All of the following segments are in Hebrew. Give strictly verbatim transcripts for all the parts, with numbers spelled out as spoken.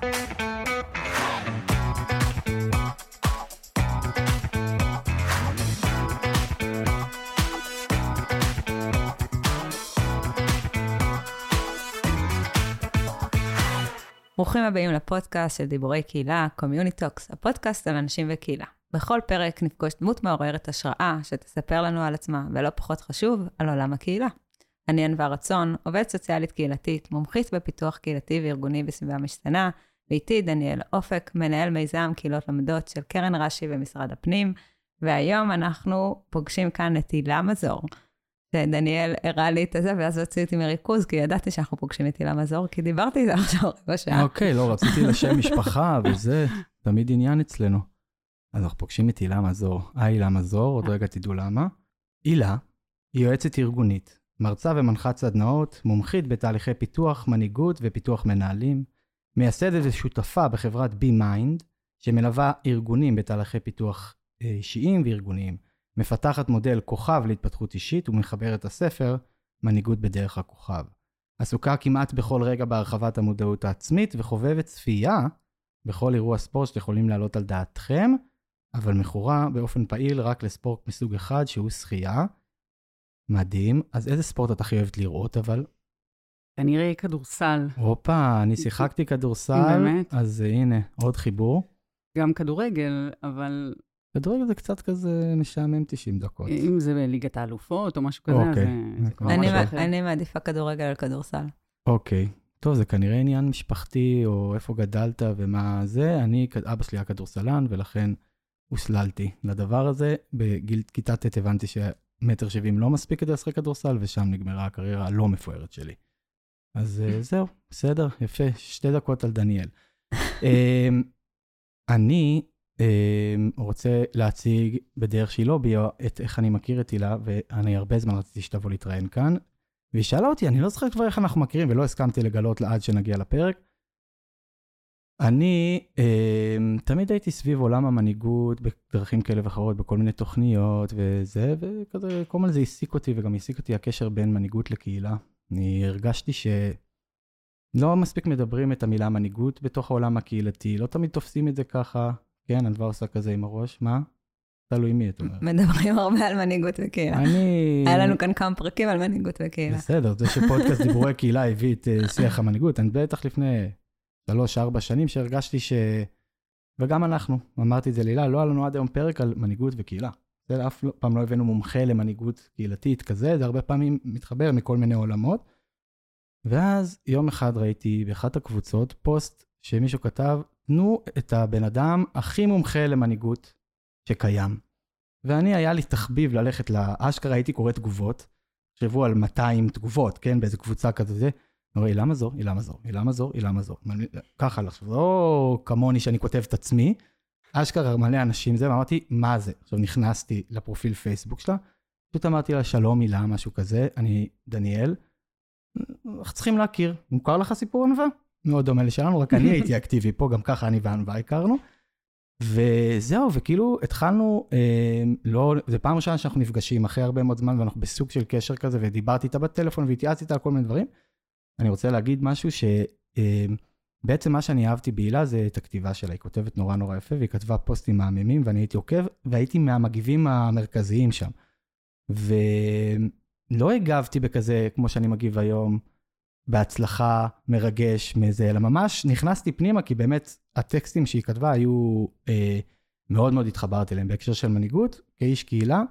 ברוכים הבאים לפודקאסט של דיבורי קהילה, Community Talks, הפודקאסט על אנשים וקהילה. בכל פרק נפגוש דמות מעוררת השראה שתספר לנו על עצמה, ולא פחות חשוב, על עולם הקהילה. אני ענווה רצון, עובדת סוציאלית קהילתית, מומחית בפיתוח קהילתי וארגוני בסביבה משתנה, ואיתי דניאל אופק, מנהל מיזם קהילות למדות של קרן רש"י במשרד הפנים, והיום אנחנו פוגשים כאן את הילה מזור. דניאל הראה לי את זה, ואז הוציא אותי מריכוז, כי ידעתי שאנחנו פוגשים את הילה מזור, כי דיברתי איתה עכשיו רבע שעה. אוקיי, לא, רציתי לשם משפחה, וזה תמיד עניין אצלנו. אז אנחנו פוגשים את הילה מזור. אה, הילה מזור, עוד רגע תדעו למה. הילה היא יועצת ארגונית, מרצה ומנחת סדנאות, מומחית בתהליכי פיתוח, מנהיגות ופיתוח מנהלים, מייסדת ושותפה בחברת בי-מיינד, שמלווה ארגונים בתהליכי פיתוח אישיים וארגוניים. מפתחת מודל כוכב להתפתחות אישית ומחברת את הספר מנהיגות בדרך הכוכב. עסוקה כמעט בכל רגע בהרחבת המודעות העצמית וחובבת צפייה בכל אירוע ספורט שיכולים לעלות על דעתכם, אבל מכורה באופן פעיל רק לספורט מסוג אחד שהוא שחייה. מדהים. אז איזה ספורט את הכי אוהבת לראות אבל? כנראה כדורסל. הופה, אני שיחקתי כדורסל. באמת? אז הנה, עוד חיבור. גם כדורגל, אבל... כדורגל זה קצת כזה משעמם תשעים דקות. אם זה בליגת האלופות או משהו כזה, אוקיי. זה... אני, אני מעדיפה כדורגל על כדורסל. אוקיי. טוב, זה כנראה עניין משפחתי, או איפה גדלת ומה זה. אני, אבא שלי היה כדורסלן, ולכן הוסללתי לדבר הזה. בגיל כיתה ט' הבנתי שמטר שבעים לא מספיק כדי לשחק כדורסל, ושם נגמרה הקריירה הלא מפוארת שלי. אז זהו, בסדר, יפה, שתי דקות על דניאל. אני... רוצה להציג בדרך שהיא לא ביו את איך אני מכיר את הילה, ואני הרבה זמן רציתי שתבוא להתראיין כאן, והיא שאלה אותי, אני לא זוכר כבר איך אנחנו מכירים, ולא הסכמתי לגלות לה עד שנגיע לפרק. אני אה, תמיד הייתי סביב עולם המנהיגות, בדרכים כאלה ואחרות, בכל מיני תוכניות וזה, וכזה, כל מיני זה העסיק אותי, וגם העסיק אותי הקשר בין מנהיגות לקהילה. אני הרגשתי שלא מספיק מדברים את המילה מנהיגות בתוך העולם הקהילתי, לא תמיד תופסים את זה ככה, כן, אני כבר עושה כזה עם הראש, מה? תלוי מי, את אומרת. מדברים הרבה על מנהיגות וקהילה. אני... היה לנו כאן כמה פרקים על מנהיגות וקהילה. בסדר, זה שפודקאסט דיבורי קהילה הביא את שיח המנהיגות. אני בטח לפני שלוש, ארבע שנים שהרגשתי ש... וגם אנחנו, אמרתי את זה לילה, לא היה לנו עד היום פרק על מנהיגות וקהילה. זה אף פעם לא הבאנו מומחה למנהיגות קהילתית כזה, זה הרבה פעמים מתחבר מכל מיני עולמות. ואז יום אחד ראיתי באחת הקבוצות פוסט שמישהו כתב, תנו את הבן אדם הכי מומחה למנהיגות שקיים. ואני היה לי תחביב ללכת לאשכרה, הייתי קורא תגובות, חשבו על מאתיים תגובות, כן, באיזו קבוצה כזה זה, אני רואה, הילה מזור, הילה מזור, הילה מזור, הילה מזור, ככה לחשוב, לא כמוני שאני כותב את עצמי, אשכרה מלא אנשים זה, ואמרתי, מה זה? עכשיו נכנסתי לפרופיל פייסבוק שלה, פשוט אמרתי לה, שלום הילה, משהו כזה, אני דניאל, אנחנו צריכים להכיר, מוכר לך סיפור ענווה? מאוד דומה לשלנו, רק אני הייתי אקטיבי פה, גם ככה אני וענווה הכרנו, וזהו, וכאילו התחלנו, אה, לא, זה פעם ראשונה שאנחנו נפגשים אחרי הרבה מאוד זמן, ואנחנו בסוג של קשר כזה, ודיברתי איתה בטלפון, והתייעצתי איתה על כל מיני דברים. אני רוצה להגיד משהו שבעצם אה, מה שאני אהבתי בהילה, זה את הכתיבה שלה, היא כותבת נורא נורא יפה, והיא כתבה פוסטים מהממים, ואני הייתי עוקב, והייתי מהמגיבים המרכזיים שם. ולא הגבתי בכזה, כמו שאני מגיב היום, בהצלחה, מרגש, מזה, אלא ממש נכנסתי פנימה, כי באמת הטקסטים שהיא כתבה היו אה, מאוד מאוד התחברתי אליהם, בהקשר של מנהיגות, כאיש קהילה,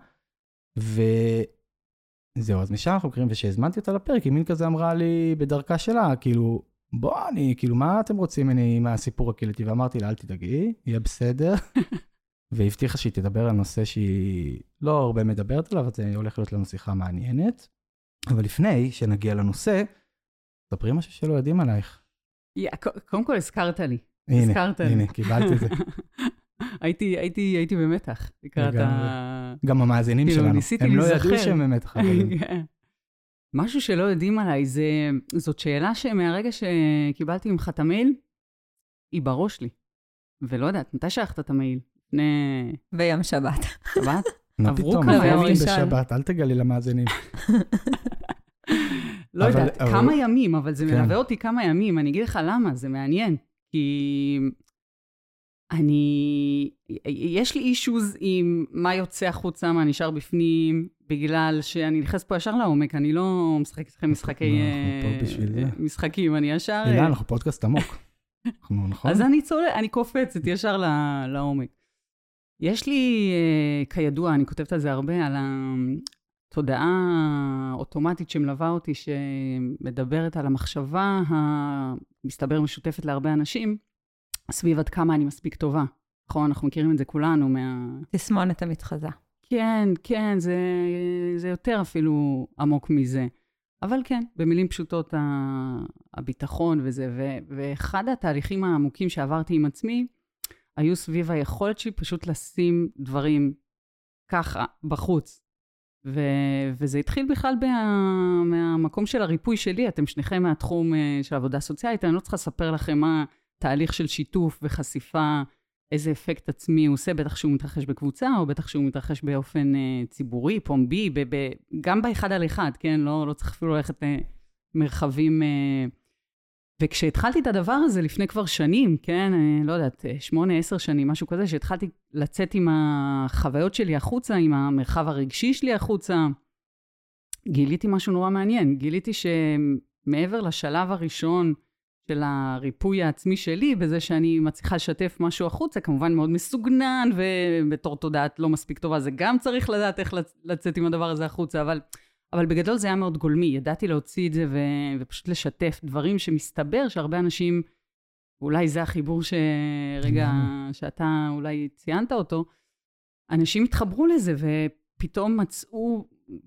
וזהו, אז משם אנחנו קוראים, ושהזמנתי אותה לפרק, היא מין כזה אמרה לי בדרכה שלה, כאילו, בוא, אני, כאילו, מה אתם רוצים ממני מהסיפור הקהילתי? ואמרתי לה, אל תדאגי, יהיה בסדר, והבטיחה שהיא תדבר על נושא שהיא לא הרבה מדברת עליו, אז זה הולך להיות לנו שיחה מעניינת, אבל לפני שנגיע לנושא, ספרי משהו שלא יודעים עלייך. קודם כל הזכרת לי. הנה, הנה, קיבלתי את זה. הייתי במתח. גם המאזינים שלנו. הם לא ידעו שהם במתח. משהו שלא יודעים עליי, זאת שאלה שמהרגע שקיבלתי ממך את המייל, היא בראש לי. ולא יודעת, מתי שלחת את המייל? ביום שבת. שבת? מה פתאום, אנחנו בשבת, אל תגלי למאזינים. לא יודעת, כמה ימים, אבל זה מלווה אותי כמה ימים, אני אגיד לך למה, זה מעניין. כי אני, יש לי אישוז עם מה יוצא החוצה, מה נשאר בפנים, בגלל שאני נכנס פה ישר לעומק, אני לא משחק אתכם משחקי... משחקים, אני ישר... הילה, אנחנו פודקאסט עמוק. נכון? אז אני צולה, אני קופצת ישר לעומק. יש לי, כידוע, אני כותבת על זה הרבה, על התודעה האוטומטית שמלווה אותי, שמדברת על המחשבה המסתבר משותפת להרבה אנשים, סביב עד כמה אני מספיק טובה. נכון, אנחנו מכירים את זה כולנו מה... תסמונת המתחזה. כן, כן, זה, זה יותר אפילו עמוק מזה. אבל כן, במילים פשוטות הביטחון וזה, ו, ואחד התהליכים העמוקים שעברתי עם עצמי, היו סביב היכולת שלי פשוט לשים דברים ככה, בחוץ. ו, וזה התחיל בכלל מה, מהמקום של הריפוי שלי, אתם שניכם מהתחום של עבודה סוציאלית, אני לא צריכה לספר לכם מה תהליך של שיתוף וחשיפה, איזה אפקט עצמי הוא עושה, בטח שהוא מתרחש בקבוצה, או בטח שהוא מתרחש באופן uh, ציבורי, פומבי, ב- ב- גם באחד על אחד, כן? לא, לא צריך אפילו ללכת למרחבים... Uh, וכשהתחלתי את הדבר הזה לפני כבר שנים, כן? Uh, לא יודעת, שמונה, עשר שנים, משהו כזה, שהתחלתי לצאת עם החוויות שלי החוצה, עם המרחב הרגשי שלי החוצה, גיליתי משהו נורא מעניין. גיליתי שמעבר לשלב הראשון, של הריפוי העצמי שלי, בזה שאני מצליחה לשתף משהו החוצה, כמובן מאוד מסוגנן, ובתור תודעת לא מספיק טובה, זה גם צריך לדעת איך לצאת עם הדבר הזה החוצה, אבל, אבל בגדול זה היה מאוד גולמי, ידעתי להוציא את זה, ו, ופשוט לשתף דברים שמסתבר שהרבה אנשים, אולי זה החיבור שרגע, שאתה אולי ציינת אותו, אנשים התחברו לזה, ופתאום מצאו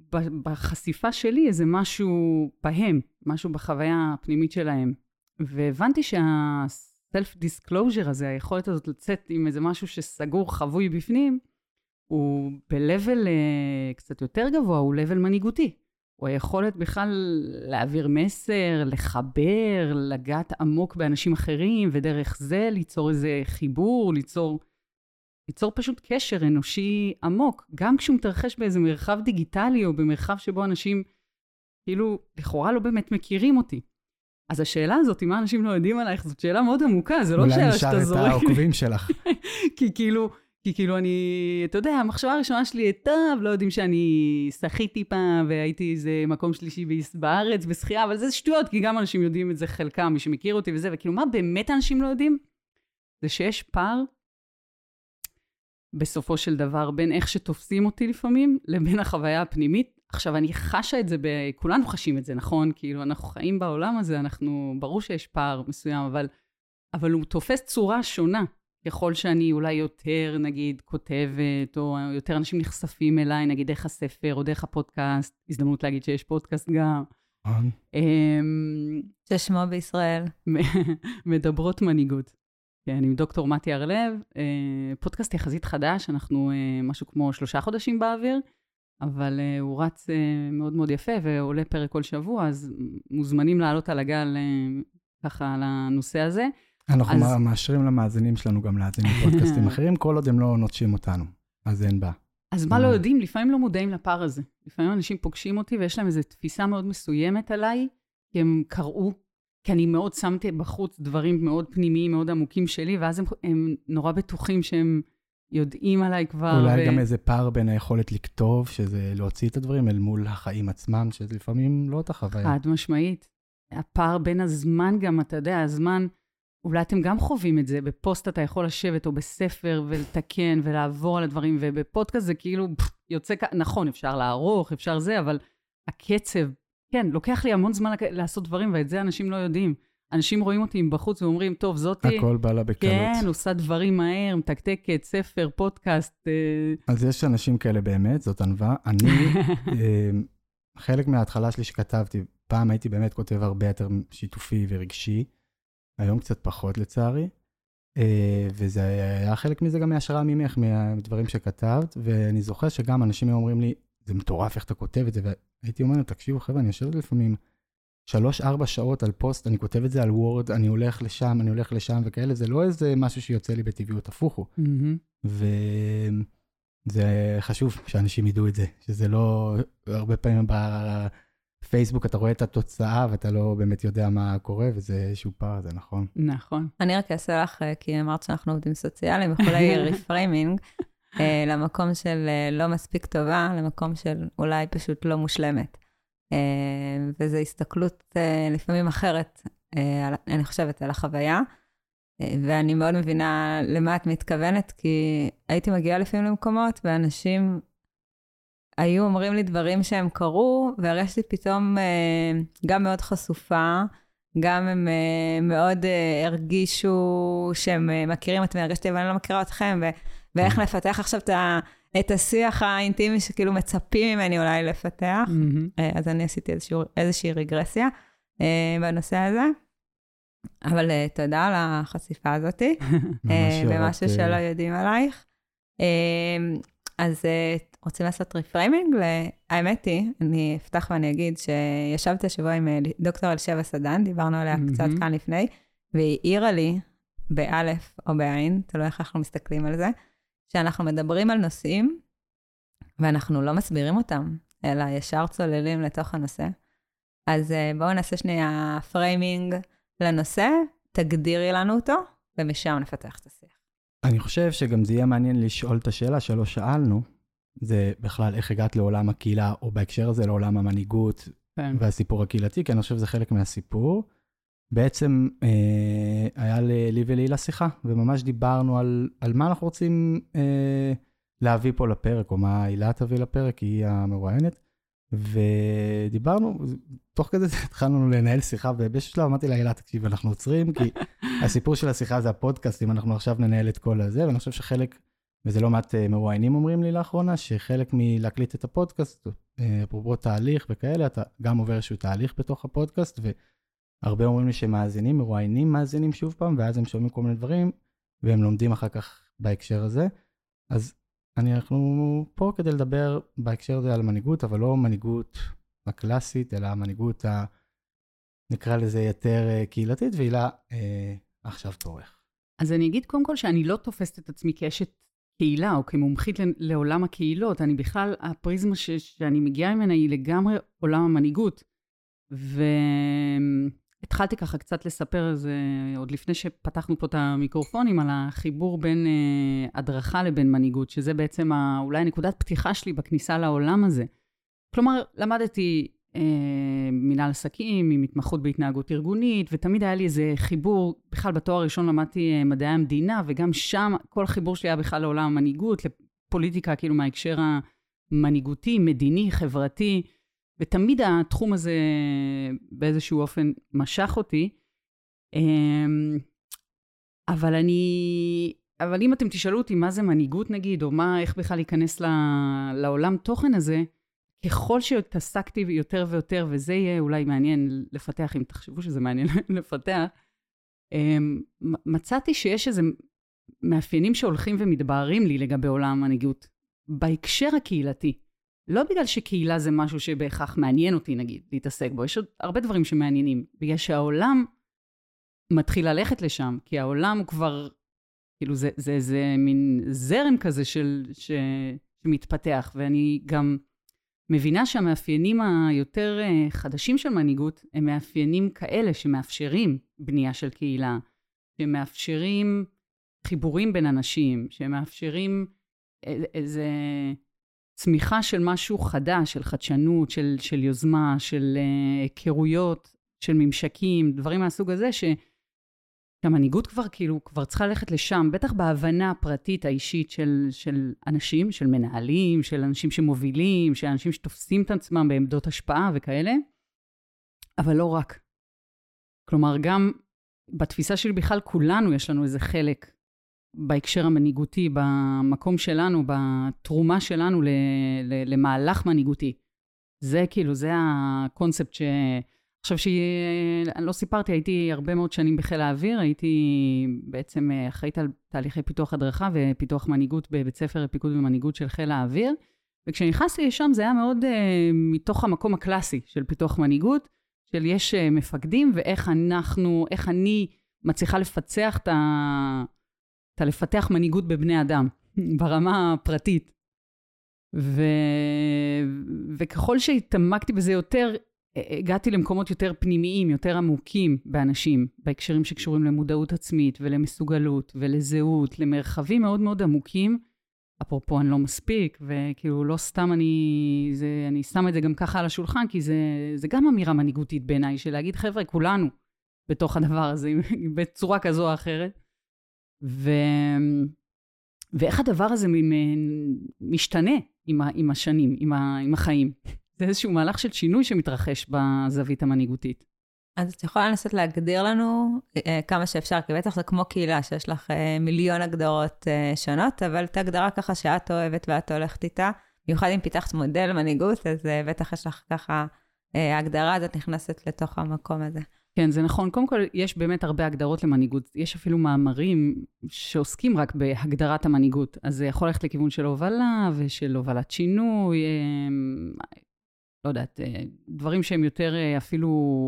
בחשיפה שלי איזה משהו בהם, משהו בחוויה הפנימית שלהם. והבנתי שה-self-disclosure הזה, היכולת הזאת לצאת עם איזה משהו שסגור, חבוי בפנים, הוא ב-level uh, קצת יותר גבוה, הוא level מנהיגותי. הוא היכולת בכלל להעביר מסר, לחבר, לגעת עמוק באנשים אחרים, ודרך זה ליצור איזה חיבור, ליצור, ליצור פשוט קשר אנושי עמוק, גם כשהוא מתרחש באיזה מרחב דיגיטלי, או במרחב שבו אנשים, כאילו, לכאורה לא באמת מכירים אותי. אז השאלה הזאת, מה אנשים לא יודעים עלייך, זאת שאלה מאוד עמוקה, זה לא שאלה שאתה זורק. אולי נשאר את העוקבים שלך. כי כאילו, כי כאילו אני, אתה יודע, המחשבה הראשונה שלי, טוב, לא יודעים שאני שחיתי פעם, והייתי איזה מקום שלישי בארץ, בשחייה, אבל זה שטויות, כי גם אנשים יודעים את זה חלקם, מי שמכיר אותי וזה, וכאילו, מה באמת אנשים לא יודעים? זה שיש פער, בסופו של דבר, בין איך שתופסים אותי לפעמים, לבין החוויה הפנימית. עכשיו, אני חשה את זה, ב... כולנו חשים את זה, נכון? כאילו, אנחנו חיים בעולם הזה, אנחנו, ברור שיש פער מסוים, אבל, אבל הוא תופס צורה שונה, ככל שאני אולי יותר, נגיד, כותבת, או יותר אנשים נחשפים אליי, נגיד, דרך הספר, או דרך הפודקאסט, הזדמנות להגיד שיש פודקאסט גם. ששמו בישראל. מדברות מנהיגות. כן, עם דוקטור מתי הרלב, פודקאסט יחסית חדש, אנחנו משהו כמו שלושה חודשים באוויר, אבל uh, הוא רץ uh, מאוד מאוד יפה, ועולה פרק כל שבוע, אז מוזמנים לעלות על הגל uh, ככה על הנושא הזה. אנחנו אז... מאשרים למאזינים שלנו גם להאזין לפודקאסטים אחרים, כל עוד הם לא נוטשים אותנו, אז אין בה. אז מה לא יודעים? לפעמים לא מודעים לפער הזה. לפעמים אנשים פוגשים אותי, ויש להם איזו תפיסה מאוד מסוימת עליי, כי הם קראו, כי אני מאוד שמתי בחוץ דברים מאוד פנימיים, מאוד עמוקים שלי, ואז הם, הם נורא בטוחים שהם... יודעים עליי כבר. אולי ו... גם איזה פער בין היכולת לכתוב, שזה להוציא את הדברים אל מול החיים עצמם, שזה לפעמים לא אותה חוויה. חד משמעית. הפער בין הזמן גם, אתה יודע, הזמן, אולי אתם גם חווים את זה, בפוסט אתה יכול לשבת או בספר ולתקן ולעבור על הדברים, ובפודקאסט זה כאילו יוצא, נכון, אפשר לערוך, אפשר זה, אבל הקצב, כן, לוקח לי המון זמן לעשות דברים, ואת זה אנשים לא יודעים. אנשים רואים אותי בחוץ ואומרים, טוב, זאתי... הכל בא לה בקלות. כן, עושה דברים מהר, מתקתקת, ספר, פודקאסט. אז יש אנשים כאלה באמת, זאת ענווה. אני, חלק מההתחלה שלי שכתבתי, פעם הייתי באמת כותב הרבה יותר שיתופי ורגשי, היום קצת פחות לצערי, וזה היה חלק מזה גם מהשראה ממך, מהדברים שכתבת, ואני זוכר שגם אנשים אומרים לי, זה מטורף איך אתה כותב את זה, והייתי אומר, תקשיבו חבר'ה, אני יושבת לפעמים, שלוש, ארבע שעות על פוסט, אני כותב את זה על וורד, אני הולך לשם, אני הולך לשם וכאלה, זה לא איזה משהו שיוצא לי בטבעיות, הפוך הוא. Mm-hmm. וזה חשוב שאנשים ידעו את זה, שזה לא הרבה פעמים פייסבוק אתה רואה את התוצאה, ואתה לא באמת יודע מה קורה, וזה איזשהו פער, זה נכון. נכון. אני רק אעשה לך, כי אמרת שאנחנו עובדים סוציאליים, וכולי רפריימינג, למקום של לא מספיק טובה, למקום של אולי פשוט לא מושלמת. וזו הסתכלות לפעמים אחרת, אני חושבת, על החוויה, ואני מאוד מבינה למה את מתכוונת, כי הייתי מגיעה לפעמים למקומות, ואנשים היו אומרים לי דברים שהם קרו, והרגשתי פתאום גם מאוד חשופה, גם הם מאוד הרגישו שהם מכירים אתם, הרגשתי, אבל אני לא מכירה אתכם, ואיך לפתח עכשיו את השיח האינטימי שכאילו מצפים ממני אולי לפתח. אז אני עשיתי איזושהי רגרסיה בנושא הזה. אבל תודה על החשיפה הזאת, במשהו שלא יודעים עלייך. אז רוצים לעשות רפריימינג? האמת היא, אני אפתח ואני אגיד שישבתי השבוע עם דוקטור אלשבע סדן, דיברנו עליה קצת כאן לפני, והיא העירה לי, באלף או בעין, תלוי איך אנחנו מסתכלים על זה, שאנחנו מדברים על נושאים, ואנחנו לא מסבירים אותם, אלא ישר צוללים לתוך הנושא. אז בואו נעשה שנייה פריימינג לנושא, תגדירי לנו אותו, ומשם נפתח את השיח. אני חושב שגם זה יהיה מעניין לשאול את השאלה שלא שאלנו, זה בכלל איך הגעת לעולם הקהילה, או בהקשר הזה לעולם המנהיגות, כן. והסיפור הקהילתי, כי אני חושב שזה חלק מהסיפור. בעצם אה, היה לי ולילה שיחה, וממש דיברנו על, על מה אנחנו רוצים אה, להביא פה לפרק, או מה הילה תביא לפרק, היא המרואיינת, ודיברנו, תוך כזה התחלנו לנהל שיחה, ובאיזשהו שלב אמרתי לה, הילה, תקשיב, אנחנו עוצרים, כי הסיפור של השיחה זה הפודקאסט, אם אנחנו עכשיו ננהל את כל הזה, ואני חושב שחלק, וזה לא מעט מרואיינים אומרים לי לאחרונה, שחלק מלהקליט את הפודקאסט, אפרופו תהליך וכאלה, אתה גם עובר איזשהו תהליך בתוך הפודקאסט, והרבה אומרים לי שמאזינים, מרואיינים מאזינים שוב פעם, ואז הם שומעים כל מיני דברים, והם לומדים אחר כך בהקשר הזה. אז אני, אנחנו פה כדי לדבר בהקשר הזה על מנהיגות, אבל לא מנהיגות הקלאסית, אלא המנהיגות, ה... נקרא לזה יותר קהילתית, והילה אה, עכשיו תורך. אז אני אגיד קודם כל שאני לא תופסת את עצמי כאשת קהילה, או כמומחית לעולם הקהילות. אני בכלל, הפריזמה ש... שאני מגיעה ממנה היא לגמרי עולם המנהיגות. והתחלתי ככה קצת לספר על זה, עוד לפני שפתחנו פה את המיקרופונים, על החיבור בין אה, הדרכה לבין מנהיגות, שזה בעצם ה... אולי נקודת פתיחה שלי בכניסה לעולם הזה. כלומר, למדתי אה, מנהל עסקים, עם התמחות בהתנהגות ארגונית, ותמיד היה לי איזה חיבור, בכלל בתואר הראשון למדתי אה, מדעי המדינה, וגם שם כל החיבור שלי היה בכלל לעולם המנהיגות, לפוליטיקה כאילו מההקשר המנהיגותי, מדיני, חברתי, ותמיד התחום הזה באיזשהו אופן משך אותי. אה, אבל אני... אבל אם אתם תשאלו אותי מה זה מנהיגות נגיד, או מה, איך בכלל להיכנס ל, לעולם תוכן הזה, ככל שהתעסקתי יותר ויותר, וזה יהיה אולי מעניין לפתח, אם תחשבו שזה מעניין לפתח, מצאתי שיש איזה מאפיינים שהולכים ומתבהרים לי לגבי עולם המנהיגות, בהקשר הקהילתי. לא בגלל שקהילה זה משהו שבהכרח מעניין אותי, נגיד, להתעסק בו. יש עוד הרבה דברים שמעניינים, בגלל שהעולם מתחיל ללכת לשם, כי העולם הוא כבר, כאילו זה, זה, זה מין זרם כזה של, ש, שמתפתח, ואני גם מבינה שהמאפיינים היותר חדשים של מנהיגות, הם מאפיינים כאלה שמאפשרים בנייה של קהילה, שמאפשרים חיבורים בין אנשים, שמאפשרים איזה צמיחה של משהו חדש, של חדשנות, של, של יוזמה, של היכרויות, של ממשקים, דברים מהסוג הזה, ש... שהמנהיגות כבר כאילו, כבר צריכה ללכת לשם, בטח בהבנה הפרטית האישית של, של אנשים, של מנהלים, של אנשים שמובילים, של אנשים שתופסים את עצמם בעמדות השפעה וכאלה, אבל לא רק. כלומר, גם בתפיסה שלי בכלל, כולנו יש לנו איזה חלק בהקשר המנהיגותי, במקום שלנו, בתרומה שלנו ל, ל, למהלך מנהיגותי. זה כאילו, זה הקונספט ש... עכשיו שאני לא סיפרתי, הייתי הרבה מאוד שנים בחיל האוויר, הייתי בעצם אחראית על תהליכי פיתוח הדרכה ופיתוח מנהיגות בבית ספר לפיקוד ומנהיגות של חיל האוויר, וכשנכנסתי לשם זה היה מאוד uh, מתוך המקום הקלאסי של פיתוח מנהיגות, של יש uh, מפקדים ואיך אנחנו, איך אני מצליחה לפצח את ה... את לפתח מנהיגות בבני אדם, ברמה הפרטית. ו... וככל שהתעמקתי בזה יותר, הגעתי למקומות יותר פנימיים, יותר עמוקים באנשים, בהקשרים שקשורים למודעות עצמית ולמסוגלות ולזהות, למרחבים מאוד מאוד עמוקים. אפרופו, אני לא מספיק, וכאילו לא סתם אני, זה, אני שם את זה גם ככה על השולחן, כי זה, זה גם אמירה מנהיגותית בעיניי, של להגיד, חבר'ה, כולנו בתוך הדבר הזה, בצורה כזו או אחרת. ו... ואיך הדבר הזה משתנה עם, ה, עם השנים, עם, ה, עם החיים. זה איזשהו מהלך של שינוי שמתרחש בזווית המנהיגותית. אז את יכולה לנסות להגדיר לנו אה, כמה שאפשר, כי בטח זה כמו קהילה שיש לך אה, מיליון הגדרות אה, שונות, אבל את הגדרה ככה שאת אוהבת ואת הולכת איתה, במיוחד אם פיתחת מודל מנהיגות, אז אה, בטח יש לך ככה, אה, ההגדרה הזאת נכנסת לתוך המקום הזה. כן, זה נכון. קודם כל, יש באמת הרבה הגדרות למנהיגות. יש אפילו מאמרים שעוסקים רק בהגדרת המנהיגות. אז זה יכול ללכת לכיוון של הובלה ושל הובלת שינוי, אה, לא יודעת, אה, דברים שהם יותר אה, אפילו...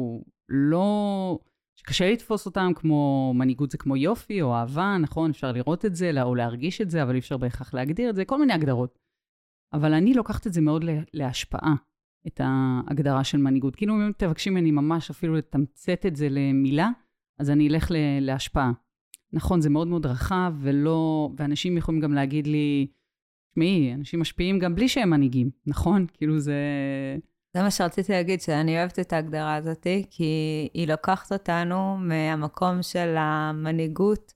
לא, שקשה לתפוס אותם כמו מנהיגות זה כמו יופי או אהבה, נכון? אפשר לראות את זה או להרגיש את זה, אבל אי אפשר בהכרח להגדיר את זה, כל מיני הגדרות. אבל אני לוקחת את זה מאוד להשפעה, את ההגדרה של מנהיגות. כאילו אם תבקשים ממני ממש אפילו לתמצת את זה למילה, אז אני אלך להשפעה. נכון, זה מאוד מאוד רחב, ולא, ואנשים יכולים גם להגיד לי, שמי, אנשים משפיעים גם בלי שהם מנהיגים, נכון? כאילו זה... זה מה שרציתי להגיד, שאני אוהבת את ההגדרה הזאת, כי היא לוקחת אותנו מהמקום של המנהיגות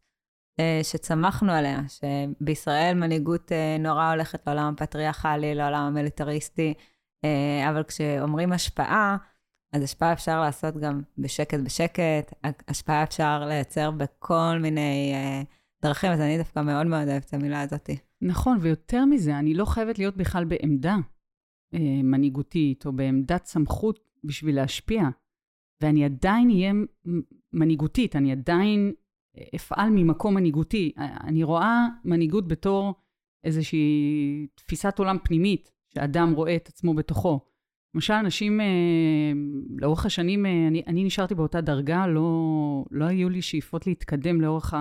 שצמחנו עליה, שבישראל מנהיגות נורא הולכת לעולם הפטריארכלי, לעולם המיליטריסטי, אבל כשאומרים השפעה, אז השפעה אפשר לעשות גם בשקט בשקט, השפעה אפשר לייצר בכל מיני דרכים, אז אני דווקא מאוד מאוד אוהבת את המילה הזאת. נכון, ויותר מזה, אני לא חייבת להיות בכלל בעמדה. מנהיגותית או בעמדת סמכות בשביל להשפיע, ואני עדיין אהיה מנהיגותית, אני עדיין אפעל ממקום מנהיגותי. אני רואה מנהיגות בתור איזושהי תפיסת עולם פנימית, שאדם רואה את עצמו בתוכו. למשל, אנשים, לאורך השנים, אני, אני נשארתי באותה דרגה, לא, לא היו לי שאיפות להתקדם לאורך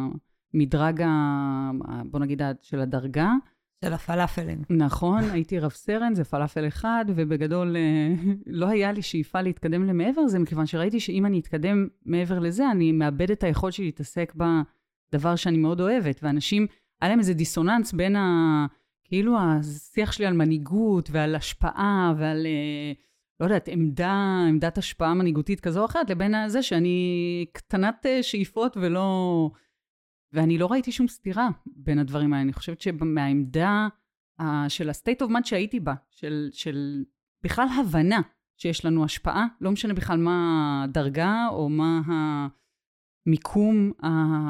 המדרג, בוא נגיד, של הדרגה, של הפלאפלים. נכון, הייתי רב סרן, זה פלאפל אחד, ובגדול לא היה לי שאיפה להתקדם למעבר לזה, מכיוון שראיתי שאם אני אתקדם מעבר לזה, אני מאבד את היכולת שלי להתעסק בדבר שאני מאוד אוהבת, ואנשים, היה להם איזה דיסוננס בין ה... כאילו השיח שלי על מנהיגות ועל השפעה ועל, לא יודעת, עמדה, עמדת השפעה מנהיגותית כזו או אחרת, לבין זה שאני קטנת שאיפות ולא... ואני לא ראיתי שום סתירה בין הדברים האלה. אני חושבת שמהעמדה uh, של ה-state of mind שהייתי בה, של, של בכלל הבנה שיש לנו השפעה, לא משנה בכלל מה הדרגה או מה המיקום ה-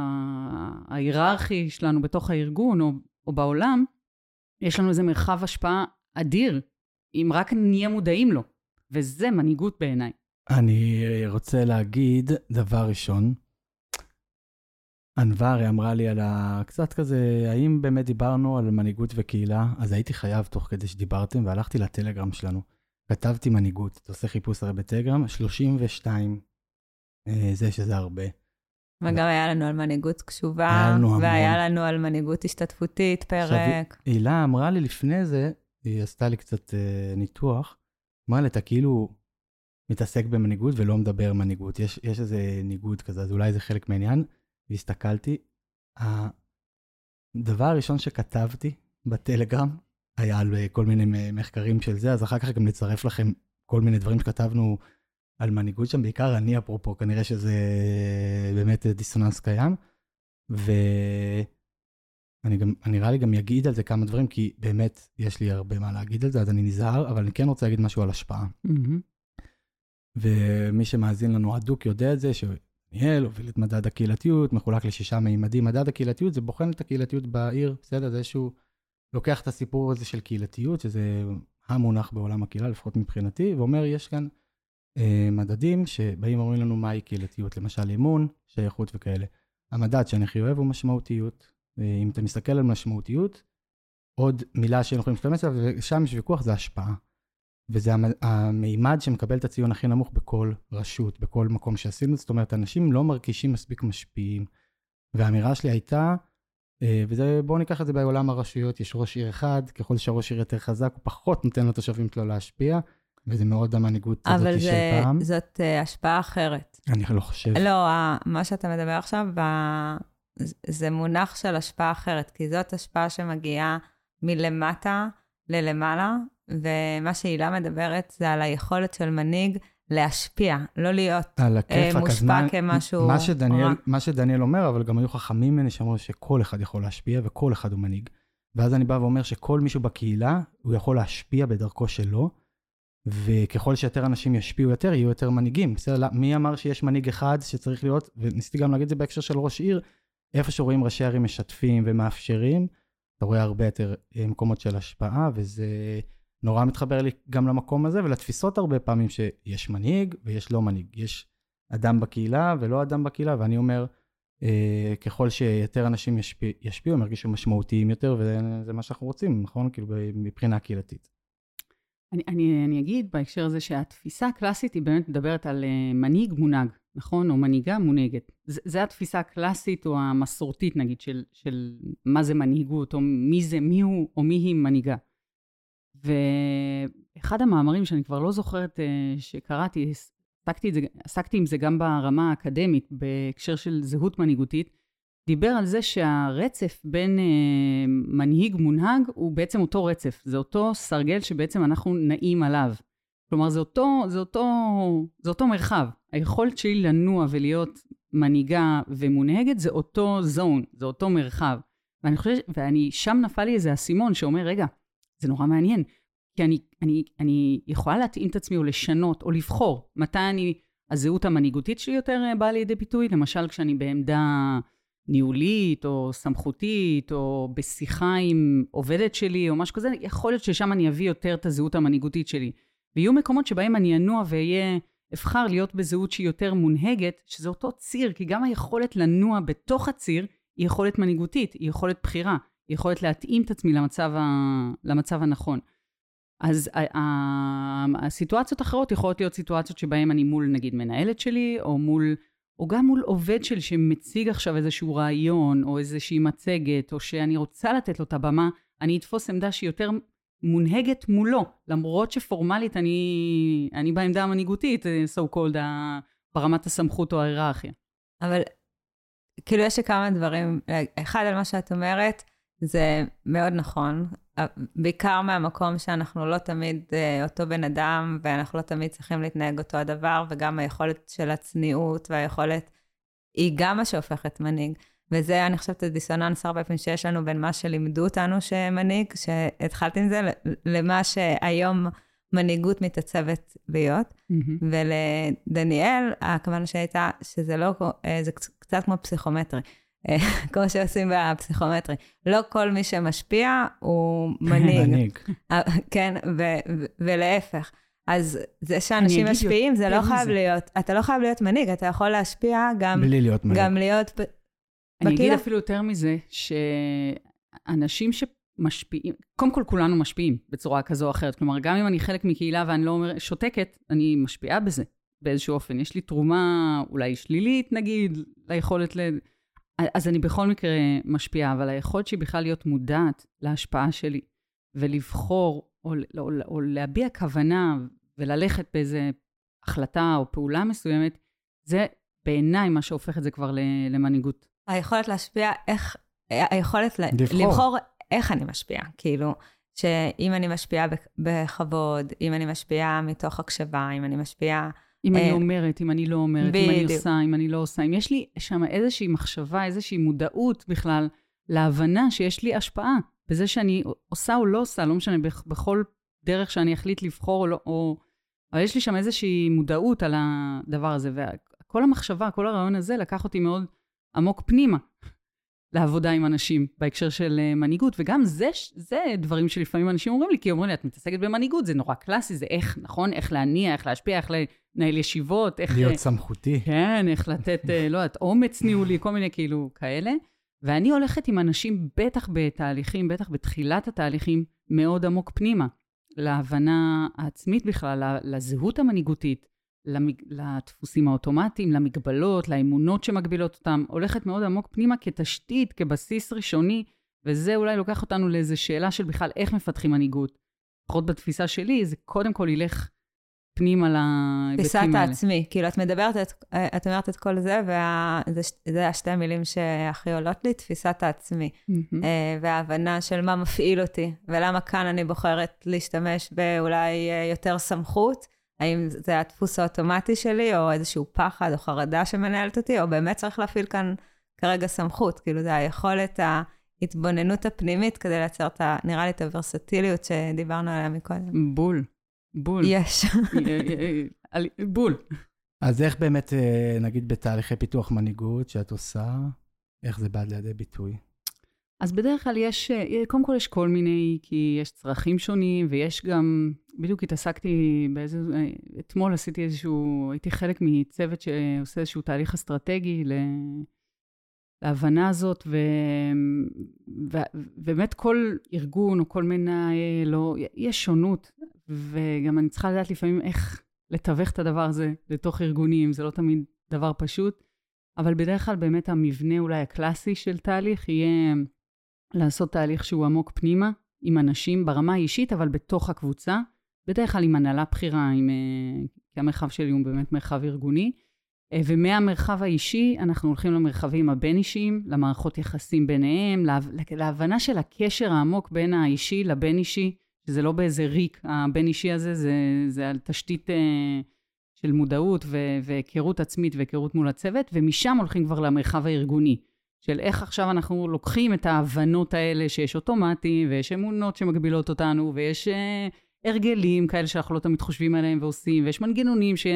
ההיררכי שלנו בתוך הארגון או, או בעולם, יש לנו איזה מרחב השפעה אדיר, אם רק נהיה מודעים לו. וזה מנהיגות בעיניי. אני רוצה להגיד דבר ראשון, ענבר אמרה לי על ה... קצת כזה, האם באמת דיברנו על מנהיגות וקהילה? אז הייתי חייב תוך כדי שדיברתם, והלכתי לטלגרם שלנו. כתבתי מנהיגות, אתה עושה חיפוש הרי בטלגרם, שלושים ושתיים, זה שזה הרבה. וגם היה לנו על מנהיגות קשובה, והיה לנו על מנהיגות השתתפותית, פרק. הילה אמרה לי לפני זה, היא עשתה לי קצת ניתוח, אמרה לי, אתה כאילו מתעסק במנהיגות ולא מדבר מנהיגות. יש, יש איזה ניגוד כזה, אז אולי זה חלק מהעניין. והסתכלתי, הדבר הראשון שכתבתי בטלגרם, היה על כל מיני מחקרים של זה, אז אחר כך גם נצרף לכם כל מיני דברים שכתבנו על מנהיגות שם, בעיקר אני אפרופו, כנראה שזה באמת דיסוננס קיים, ואני גם, אני נראה לי גם יגיד על זה כמה דברים, כי באמת יש לי הרבה מה להגיד על זה, אז אני נזהר, אבל אני כן רוצה להגיד משהו על השפעה. Mm-hmm. ומי שמאזין לנו עדוק יודע את זה, ש... ניהל, הוביל את מדד הקהילתיות, מחולק לשישה מימדים. מדד הקהילתיות זה בוחן את הקהילתיות בעיר, בסדר, זה שהוא לוקח את הסיפור הזה של קהילתיות, שזה המונח בעולם הקהילה, לפחות מבחינתי, ואומר, יש כאן אה, מדדים שבאים ואומרים לנו מהי קהילתיות, למשל אימון, שייכות וכאלה. המדד שאני הכי אוהב הוא משמעותיות. אם אתה מסתכל על משמעותיות, עוד מילה שאנחנו יכולים להשתמש עליה, ושם יש ויכוח, זה השפעה. וזה המימד שמקבל את הציון הכי נמוך בכל רשות, בכל מקום שעשינו. זאת אומרת, אנשים לא מרגישים מספיק משפיעים. והאמירה שלי הייתה, וזה, בואו ניקח את זה בעולם הרשויות, יש ראש עיר אחד, ככל שהראש עיר יותר חזק, הוא פחות נותן לתושבים שלו להשפיע. וזה מאוד המנהיגות הזאת אבל של זה, פעם. אבל זאת uh, השפעה אחרת. אני לא חושב. לא, ה- מה שאתה מדבר עכשיו, ב- זה מונח של השפעה אחרת, כי זאת השפעה שמגיעה מלמטה ללמעלה, ומה שהילה מדברת זה על היכולת של מנהיג להשפיע, לא להיות על הכיפק, מושפע אז מה- כמשהו מה שדניאל, רע. מה שדניאל אומר, אבל גם היו חכמים ממני שאמרו שכל אחד יכול להשפיע וכל אחד הוא מנהיג. ואז אני בא ואומר שכל מישהו בקהילה, הוא יכול להשפיע בדרכו שלו, וככל שיותר אנשים ישפיעו יותר, יהיו יותר מנהיגים. בסדר, מי אמר שיש מנהיג אחד שצריך להיות, וניסיתי גם להגיד את זה בהקשר של ראש עיר, איפה שרואים ראשי ערים משתפים ומאפשרים, אתה רואה הרבה יותר מקומות של השפעה, וזה נורא מתחבר לי גם למקום הזה, ולתפיסות הרבה פעמים שיש מנהיג ויש לא מנהיג. יש אדם בקהילה ולא אדם בקהילה, ואני אומר, אה, ככל שיותר אנשים ישפיע, ישפיעו, הם ירגישו משמעותיים יותר, וזה מה שאנחנו רוצים, נכון? כאילו מבחינה קהילתית. אני, אני, אני אגיד בהקשר הזה שהתפיסה הקלאסית היא באמת מדברת על uh, מנהיג מונהג, נכון? או מנהיגה מונהגת. ז, זה התפיסה הקלאסית או המסורתית, נגיד, של, של מה זה מנהיגות, או מי זה, מי הוא או מי היא מנהיגה. ואחד המאמרים שאני כבר לא זוכרת uh, שקראתי, עסקתי, את זה, עסקתי עם זה גם ברמה האקדמית, בהקשר של זהות מנהיגותית, דיבר על זה שהרצף בין אה, מנהיג מונהג הוא בעצם אותו רצף. זה אותו סרגל שבעצם אנחנו נעים עליו. כלומר, זה אותו, זה אותו, זה אותו מרחב. היכולת שלי לנוע ולהיות מנהיגה ומונהגת זה אותו זון, זה אותו מרחב. ואני חושבת, ואני, שם נפל לי איזה אסימון שאומר, רגע, זה נורא מעניין. כי אני, אני, אני יכולה להתאים את עצמי או לשנות או לבחור מתי אני, הזהות המנהיגותית שלי יותר באה לידי ביטוי. למשל, כשאני בעמדה ניהולית או סמכותית או בשיחה עם עובדת שלי או משהו כזה, יכול להיות ששם אני אביא יותר את הזהות המנהיגותית שלי. ויהיו מקומות שבהם אני אנוע ואהיה, אבחר להיות בזהות שהיא יותר מונהגת, שזה אותו ציר, כי גם היכולת לנוע בתוך הציר היא יכולת מנהיגותית, היא יכולת בחירה, היא יכולת להתאים את עצמי למצב, ה... למצב הנכון. אז הסיטואציות אחרות יכולות להיות סיטואציות שבהן אני מול נגיד מנהלת שלי או מול או גם מול עובד שלי שמציג עכשיו איזשהו רעיון, או איזושהי מצגת, או שאני רוצה לתת לו את הבמה, אני אתפוס עמדה שהיא יותר מונהגת מולו, למרות שפורמלית אני, אני בעמדה המנהיגותית, so called, ברמת הסמכות או ההיררכיה. אבל כאילו יש כמה דברים, אחד על מה שאת אומרת, זה מאוד נכון, בעיקר מהמקום שאנחנו לא תמיד אותו בן אדם, ואנחנו לא תמיד צריכים להתנהג אותו הדבר, וגם היכולת של הצניעות והיכולת, היא גם מה שהופכת מנהיג. וזה, אני חושבת, הדיסוננס הרבה פעמים שיש לנו בין מה שלימדו אותנו שמנהיג, שהתחלתי עם זה, למה שהיום מנהיגות מתעצבת להיות. Mm-hmm. ולדניאל, הכוונה שהייתה, שזה לא, זה קצת כמו פסיכומטרי. כמו שעושים בפסיכומטרי. לא כל מי שמשפיע הוא מנהיג. מנהיג. כן, ולהפך. אז זה שאנשים משפיעים, זה לא חייב להיות, אתה לא חייב להיות מנהיג, אתה יכול להשפיע גם... בלי להיות מנהיג. גם להיות בקהילה. אני אגיד אפילו יותר מזה, שאנשים שמשפיעים, קודם כל כולנו משפיעים בצורה כזו או אחרת. כלומר, גם אם אני חלק מקהילה ואני לא אומר, שותקת, אני משפיעה בזה, באיזשהו אופן. יש לי תרומה אולי שלילית, נגיד, ליכולת ל... אז אני בכל מקרה משפיעה, אבל היכולת שהיא בכלל להיות מודעת להשפעה שלי, ולבחור, או, או, או להביע כוונה, וללכת באיזו החלטה או פעולה מסוימת, זה בעיניי מה שהופך את זה כבר למנהיגות. היכולת להשפיע, איך, היכולת לבחור, לבחור איך אני משפיעה, כאילו, שאם אני משפיעה בכבוד, אם אני משפיעה מתוך הקשבה, אם אני משפיעה... אם אני אומרת, אם אני לא אומרת, אם אני עושה, אם אני לא עושה. אם יש לי שם איזושהי מחשבה, איזושהי מודעות בכלל, להבנה שיש לי השפעה, בזה שאני עושה או לא עושה, לא משנה, בכל דרך שאני אחליט לבחור או לא, או... אבל יש לי שם איזושהי מודעות על הדבר הזה, וכל המחשבה, כל הרעיון הזה, לקח אותי מאוד עמוק פנימה, לעבודה עם אנשים, בהקשר של מנהיגות, וגם זה, זה דברים שלפעמים אנשים אומרים לי, כי אומרים לי, את מתעסקת במנהיגות, זה נורא קלאסי, זה איך, נכון? איך להניע, איך להשפיע, איך לנהל ישיבות, איך... להיות סמכותי. כן, איך לתת, לא יודעת, אומץ ניהולי, כל מיני כאילו כאלה. ואני הולכת עם אנשים, בטח בתהליכים, בטח בתחילת התהליכים, מאוד עמוק פנימה, להבנה העצמית בכלל, לזהות המנהיגותית, לדפוסים האוטומטיים, למגבלות, לאמונות שמגבילות אותם, הולכת מאוד עמוק פנימה כתשתית, כבסיס ראשוני, וזה אולי לוקח אותנו לאיזו שאלה של בכלל איך מפתחים מנהיגות. לפחות בתפיסה שלי, זה קודם כל ילך פנים על ההיבטים האלה. תפיסת העצמי, כאילו את מדברת, את, את אומרת את כל זה, וזה השתי המילים שהכי עולות לי, תפיסת העצמי, mm-hmm. וההבנה של מה מפעיל אותי, ולמה כאן אני בוחרת להשתמש באולי יותר סמכות, האם זה הדפוס האוטומטי שלי, או איזשהו פחד או חרדה שמנהלת אותי, או באמת צריך להפעיל כאן כרגע סמכות, כאילו זה היכולת ההתבוננות הפנימית, כדי לייצר את, נראה לי, את הוורסטיליות שדיברנו עליה מקודם. בול. בול. יש. בול. אז איך באמת, נגיד, בתהליכי פיתוח מנהיגות שאת עושה, איך זה בא לידי ביטוי? אז בדרך כלל יש, קודם כל יש כל מיני, כי יש צרכים שונים, ויש גם, בדיוק התעסקתי באיזה, אתמול עשיתי איזשהו, הייתי חלק מצוות שעושה איזשהו תהליך אסטרטגי להבנה הזאת, ובאמת כל ארגון או כל מנהל, לא, יש שונות, וגם אני צריכה לדעת לפעמים איך לתווך את הדבר הזה לתוך ארגונים, זה לא תמיד דבר פשוט, אבל בדרך כלל באמת המבנה אולי הקלאסי של תהליך יהיה לעשות תהליך שהוא עמוק פנימה, עם אנשים ברמה האישית, אבל בתוך הקבוצה, בדרך כלל עם הנהלה בחירה, עם, כי המרחב שלי הוא באמת מרחב ארגוני, ומהמרחב האישי אנחנו הולכים למרחבים הבין-אישיים, למערכות יחסים ביניהם, לה, להבנה של הקשר העמוק בין האישי לבין-אישי, שזה לא באיזה ריק, הבין-אישי הזה, זה, זה על תשתית אה, של מודעות והיכרות עצמית והיכרות מול הצוות, ומשם הולכים כבר למרחב הארגוני, של איך עכשיו אנחנו לוקחים את ההבנות האלה שיש אוטומטיים, ויש אמונות שמגבילות אותנו, ויש אה, הרגלים כאלה שאנחנו לא תמיד חושבים עליהם ועושים, ויש מנגנונים ש...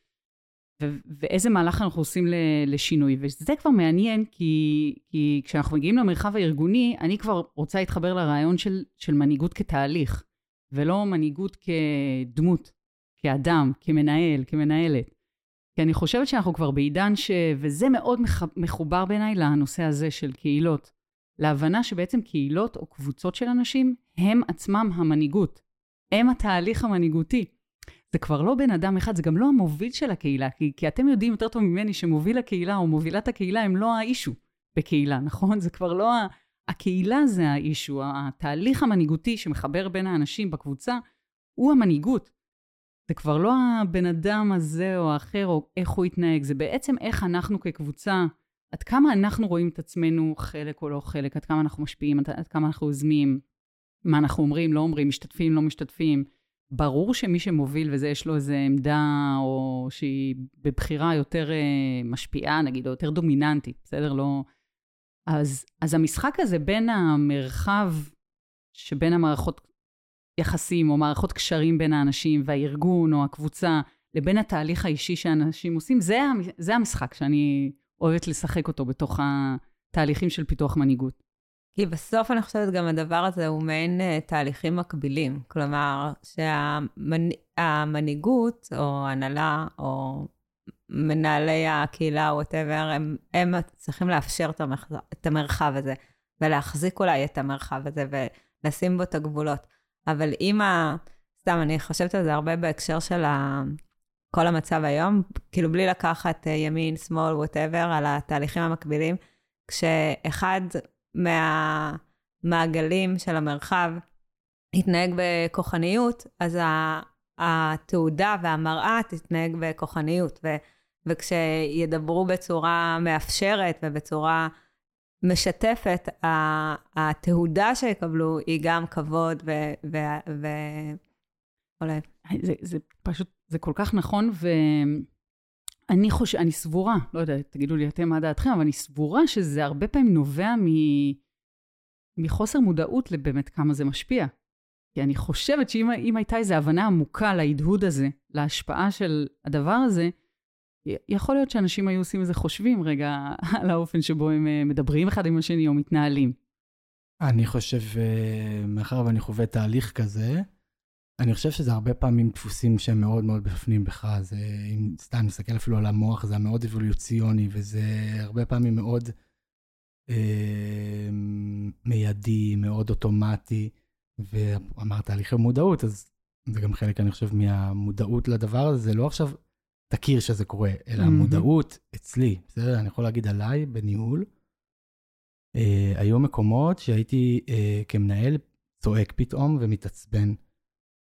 ו- ואיזה מהלך אנחנו עושים לשינוי. וזה כבר מעניין, כי, כי כשאנחנו מגיעים למרחב הארגוני, אני כבר רוצה להתחבר לרעיון של, של מנהיגות כתהליך, ולא מנהיגות כדמות, כאדם, כמנהל, כמנהלת. כי אני חושבת שאנחנו כבר בעידן ש... וזה מאוד מחובר בעיניי לנושא הזה של קהילות. להבנה שבעצם קהילות או קבוצות של אנשים, הם עצמם המנהיגות. הם התהליך המנהיגותי. זה כבר לא בן אדם אחד, זה גם לא המוביל של הקהילה, כי, כי אתם יודעים יותר טוב ממני שמוביל הקהילה או מובילת הקהילה הם לא האישו בקהילה, נכון? זה כבר לא, הקהילה זה האישו, התהליך המנהיגותי שמחבר בין האנשים בקבוצה, הוא המנהיגות. זה כבר לא הבן אדם הזה או האחר, או איך הוא יתנהג, זה בעצם איך אנחנו כקבוצה, עד כמה אנחנו רואים את עצמנו חלק או לא חלק, עד כמה אנחנו משפיעים, עד, עד כמה אנחנו עוזמים, מה אנחנו אומרים, לא אומרים, משתתפים, לא משתתפים, ברור שמי שמוביל וזה יש לו איזו עמדה, או שהיא בבחירה יותר משפיעה, נגיד, או יותר דומיננטית, בסדר? לא... אז, אז המשחק הזה בין המרחב שבין המערכות יחסים, או מערכות קשרים בין האנשים, והארגון או הקבוצה, לבין התהליך האישי שאנשים עושים, זה, זה המשחק שאני אוהבת לשחק אותו בתוך התהליכים של פיתוח מנהיגות. כי בסוף אני חושבת גם הדבר הזה הוא מעין uh, תהליכים מקבילים. כלומר, שהמנהיגות או הנהלה או מנהלי הקהילה או whatever, הם, הם צריכים לאפשר את המרחב, את המרחב הזה, ולהחזיק אולי את המרחב הזה ולשים בו את הגבולות. אבל אם ה... סתם, אני חושבת על זה הרבה בהקשר של ה... כל המצב היום, כאילו בלי לקחת uh, ימין, שמאל, whatever, על התהליכים המקבילים, כשאחד... מהמעגלים של המרחב התנהג בכוחניות, אז התעודה והמראה תתנהג בכוחניות, ו- וכשידברו בצורה מאפשרת ובצורה משתפת, התעודה שיקבלו היא גם כבוד ו... ו-, ו- אולי. זה, זה פשוט, זה כל כך נכון, ואני חושב, אני סבורה, לא יודעת, תגידו לי אתם מה דעתכם, אבל אני סבורה שזה הרבה פעמים נובע מ... מחוסר מודעות לבאמת כמה זה משפיע. כי אני חושבת שאם אם הייתה איזו הבנה עמוקה להדהוד הזה, להשפעה של הדבר הזה, יכול להיות שאנשים היו עושים איזה חושבים רגע על האופן שבו הם מדברים אחד עם השני או מתנהלים. אני חושב, מאחר ואני חווה תהליך כזה, אני חושב שזה הרבה פעמים דפוסים שהם מאוד מאוד בפנים בך, זה, אם סתם נסתכל אפילו על המוח, זה מאוד אבולוציוני, וזה הרבה פעמים מאוד אה, מיידי, מאוד אוטומטי, ואמרת תהליכי מודעות, אז זה גם חלק, אני חושב, מהמודעות לדבר הזה, זה לא עכשיו תכיר שזה קורה, אלא המודעות אצלי, בסדר? אני יכול להגיד עליי, בניהול, אה, היו מקומות שהייתי אה, כמנהל צועק פתאום ומתעצבן,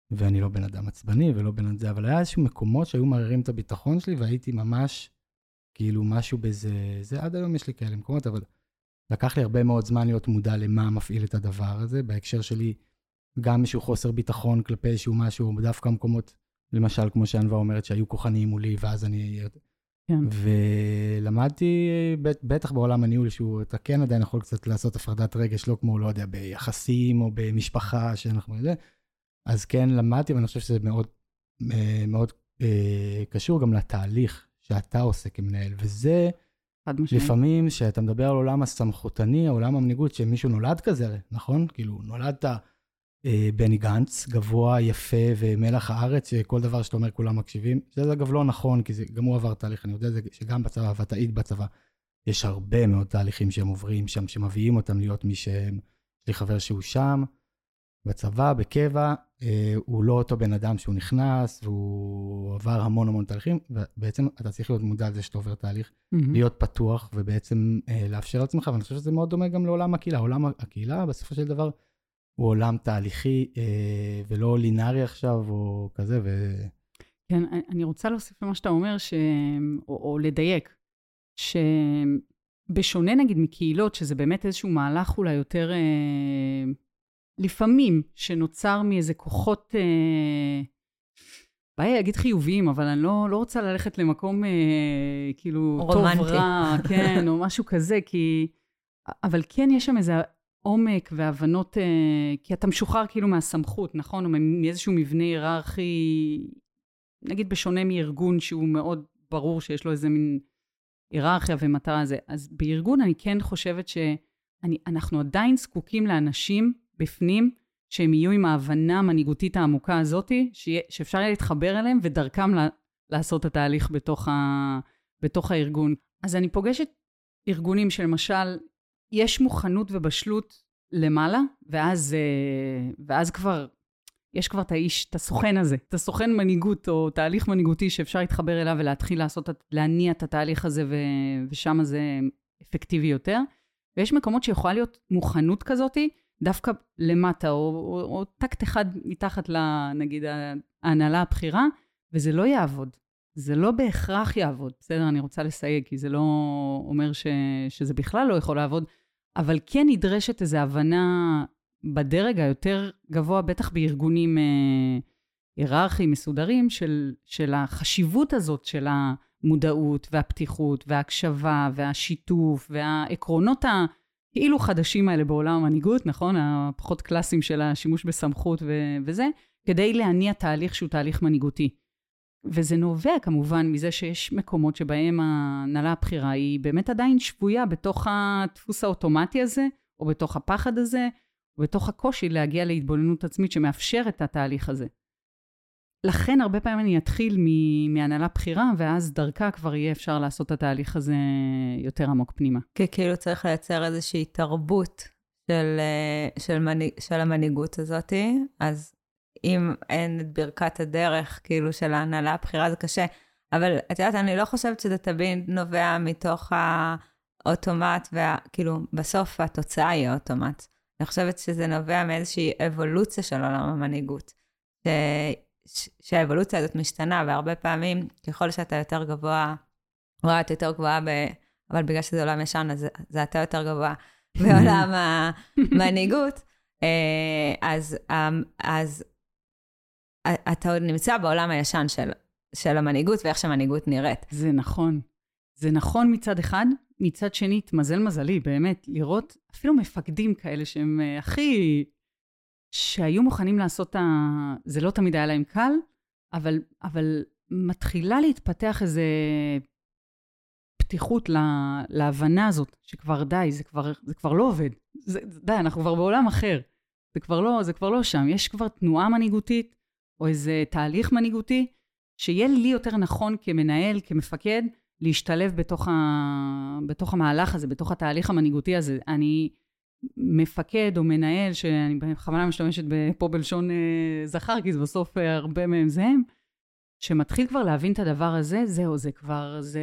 ואני לא בן אדם עצבני ולא בן אדם זה, אבל היה איזשהו מקומות שהיו מערערים את הביטחון שלי, והייתי ממש, כאילו משהו בזה, זה עד היום יש לי כאלה מקומות, אבל לקח לי הרבה מאוד זמן להיות מודע למה מפעיל את הדבר הזה, בהקשר שלי, גם איזשהו חוסר ביטחון כלפי איזשהו משהו, דווקא מקומות, למשל, כמו שענווה אומרת, שהיו כוחניים מולי, ואז אני... כן. ולמדתי, בטח בעולם הניהול, שהוא, אתה כן עדיין יכול קצת לעשות הפרדת רגש, לא כמו, לא יודע, ביחסים או במשפחה שאנחנו יודעים, אז כן למדתי, ואני חושב שזה מאוד, מאוד אה, קשור גם לתהליך שאתה עושה כמנהל, וזה לפעמים שאתה מדבר על עולם הסמכותני, העולם המנהיגות, שמישהו נולד כזה, נכון? כאילו, נולדת אה, בני גנץ, גבוה, יפה ומלח הארץ, שכל דבר שאתה אומר כולם מקשיבים. זה אגב לא נכון, כי זה, גם הוא עבר תהליך, אני יודע שגם בצבא, ואתה עיד בצבא, יש הרבה מאוד תהליכים שהם עוברים שם, שמביאים אותם להיות מי שהם, יש לי חבר שהוא שם, בצבא, בקבע, אה, הוא לא אותו בן אדם שהוא נכנס, והוא עבר המון המון תהליכים, ובעצם אתה צריך להיות מודע על זה שאתה עובר תהליך, mm-hmm. להיות פתוח, ובעצם אה, לאפשר לעצמך, ואני חושב שזה מאוד דומה גם לעולם הקהילה. עולם הקהילה, בסופו של דבר, הוא עולם תהליכי, אה, ולא לינארי עכשיו, או כזה, ו... כן, אני רוצה להוסיף למה שאתה אומר, ש... או, או לדייק, שבשונה נגיד מקהילות, שזה באמת איזשהו מהלך אולי יותר... אה... לפעמים שנוצר מאיזה כוחות, אה, בעיה להגיד חיוביים, אבל אני לא, לא רוצה ללכת למקום אה, כאילו רומנטי. טוב רע, כן, או משהו כזה, כי, אבל כן יש שם איזה עומק והבנות, אה, כי אתה משוחרר כאילו מהסמכות, נכון? או מאיזשהו מבנה היררכי, נגיד בשונה מארגון שהוא מאוד ברור שיש לו איזה מין היררכיה ומטרה הזה. אז בארגון אני כן חושבת שאנחנו עדיין זקוקים לאנשים, בפנים, שהם יהיו עם ההבנה המנהיגותית העמוקה הזאת, שאפשר יהיה להתחבר אליהם, ודרכם לעשות את התהליך בתוך, ה, בתוך הארגון. אז אני פוגשת ארגונים שלמשל, יש מוכנות ובשלות למעלה, ואז, ואז כבר, יש כבר את האיש, את הסוכן הזה, את הסוכן מנהיגות, או תהליך מנהיגותי שאפשר להתחבר אליו, ולהתחיל לעשות, להניע את התהליך הזה, ושם זה אפקטיבי יותר. ויש מקומות שיכולה להיות מוכנות כזאת, דווקא למטה, או, או, או טקט אחד מתחת לנגיד ההנהלה הבחירה, וזה לא יעבוד. זה לא בהכרח יעבוד. בסדר, אני רוצה לסייג, כי זה לא אומר ש, שזה בכלל לא יכול לעבוד, אבל כן נדרשת איזו הבנה בדרג היותר גבוה, בטח בארגונים אה, היררכיים מסודרים, של, של החשיבות הזאת של המודעות והפתיחות וההקשבה והשיתוף והעקרונות ה... כאילו חדשים האלה בעולם המנהיגות, נכון? הפחות קלאסיים של השימוש בסמכות ו- וזה, כדי להניע תהליך שהוא תהליך מנהיגותי. וזה נובע כמובן מזה שיש מקומות שבהם ההנהלה הבחירה היא באמת עדיין שבויה בתוך הדפוס האוטומטי הזה, או בתוך הפחד הזה, או בתוך הקושי להגיע להתבוננות עצמית שמאפשר את התהליך הזה. לכן הרבה פעמים אני אתחיל מהנהלה בחירה, ואז דרכה כבר יהיה אפשר לעשות את התהליך הזה יותר עמוק פנימה. כי כאילו צריך לייצר איזושהי תרבות של, של, מנהיג, של המנהיגות הזאת, אז אם אין את ברכת הדרך כאילו של ההנהלה הבחירה זה קשה, אבל את יודעת, אני לא חושבת שזה תמיד נובע מתוך האוטומט, וכאילו בסוף התוצאה היא האוטומט. אני חושבת שזה נובע מאיזושהי אבולוציה של עולם המנהיגות, ש... שהאבולוציה הזאת משתנה, והרבה פעמים, ככל שאתה יותר גבוה, או את יותר גבוהה, ב... אבל בגלל שזה עולם ישן, אז זה אתה יותר גבוה בעולם המנהיגות, אז, אז אתה עוד נמצא בעולם הישן של, של המנהיגות, ואיך שהמנהיגות נראית. זה נכון. זה נכון מצד אחד, מצד שני, התמזל מזלי, באמת, לראות אפילו מפקדים כאלה שהם הכי... שהיו מוכנים לעשות, ה... זה לא תמיד היה להם קל, אבל, אבל מתחילה להתפתח איזו פתיחות לה... להבנה הזאת, שכבר די, זה כבר, זה כבר לא עובד. זה, די, אנחנו כבר בעולם אחר. זה כבר לא, זה כבר לא שם. יש כבר תנועה מנהיגותית, או איזה תהליך מנהיגותי, שיהיה לי יותר נכון כמנהל, כמפקד, להשתלב בתוך, ה... בתוך המהלך הזה, בתוך התהליך המנהיגותי הזה. אני... מפקד או מנהל, שאני בכוונה משתמשת פה בלשון אה, זכר, כי זה בסוף אה, הרבה מהם זה הם, שמתחיל כבר להבין את הדבר הזה, זהו, זה כבר, זה,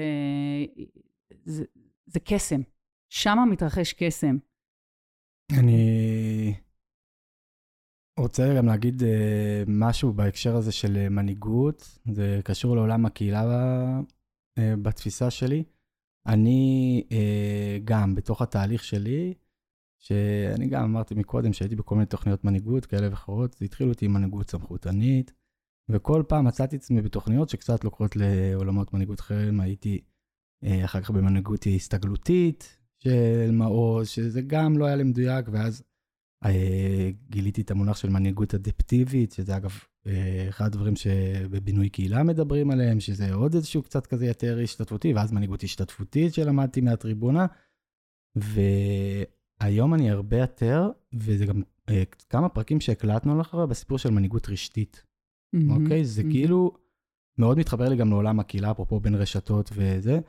זה, זה קסם. שמה מתרחש קסם. אני, רוצה גם להגיד משהו בהקשר הזה של מנהיגות, זה קשור לעולם הקהילה בתפיסה שלי. אני גם בתוך התהליך שלי, שאני גם אמרתי מקודם שהייתי בכל מיני תוכניות מנהיגות כאלה ואחרות, זה התחילו אותי עם מנהיגות סמכותנית, וכל פעם מצאתי עצמי בתוכניות שקצת לוקחות לעולמות מנהיגות אחרים, הייתי אחר כך במנהיגות הסתגלותית של מעוז, שזה גם לא היה לי מדויק, ואז גיליתי את המונח של מנהיגות אדפטיבית, שזה אגב אחד הדברים שבבינוי קהילה מדברים עליהם, שזה עוד איזשהו קצת כזה יותר השתתפותי, ואז מנהיגות השתתפותית שלמדתי מהטריבונה, והיום אני הרבה יותר, וזה גם כמה פרקים שהקלטנו לאחריה בסיפור של מנהיגות רשתית. אוקיי? זה כאילו מאוד מתחבר לי גם לעולם הקהילה, אפרופו בין רשתות וזה,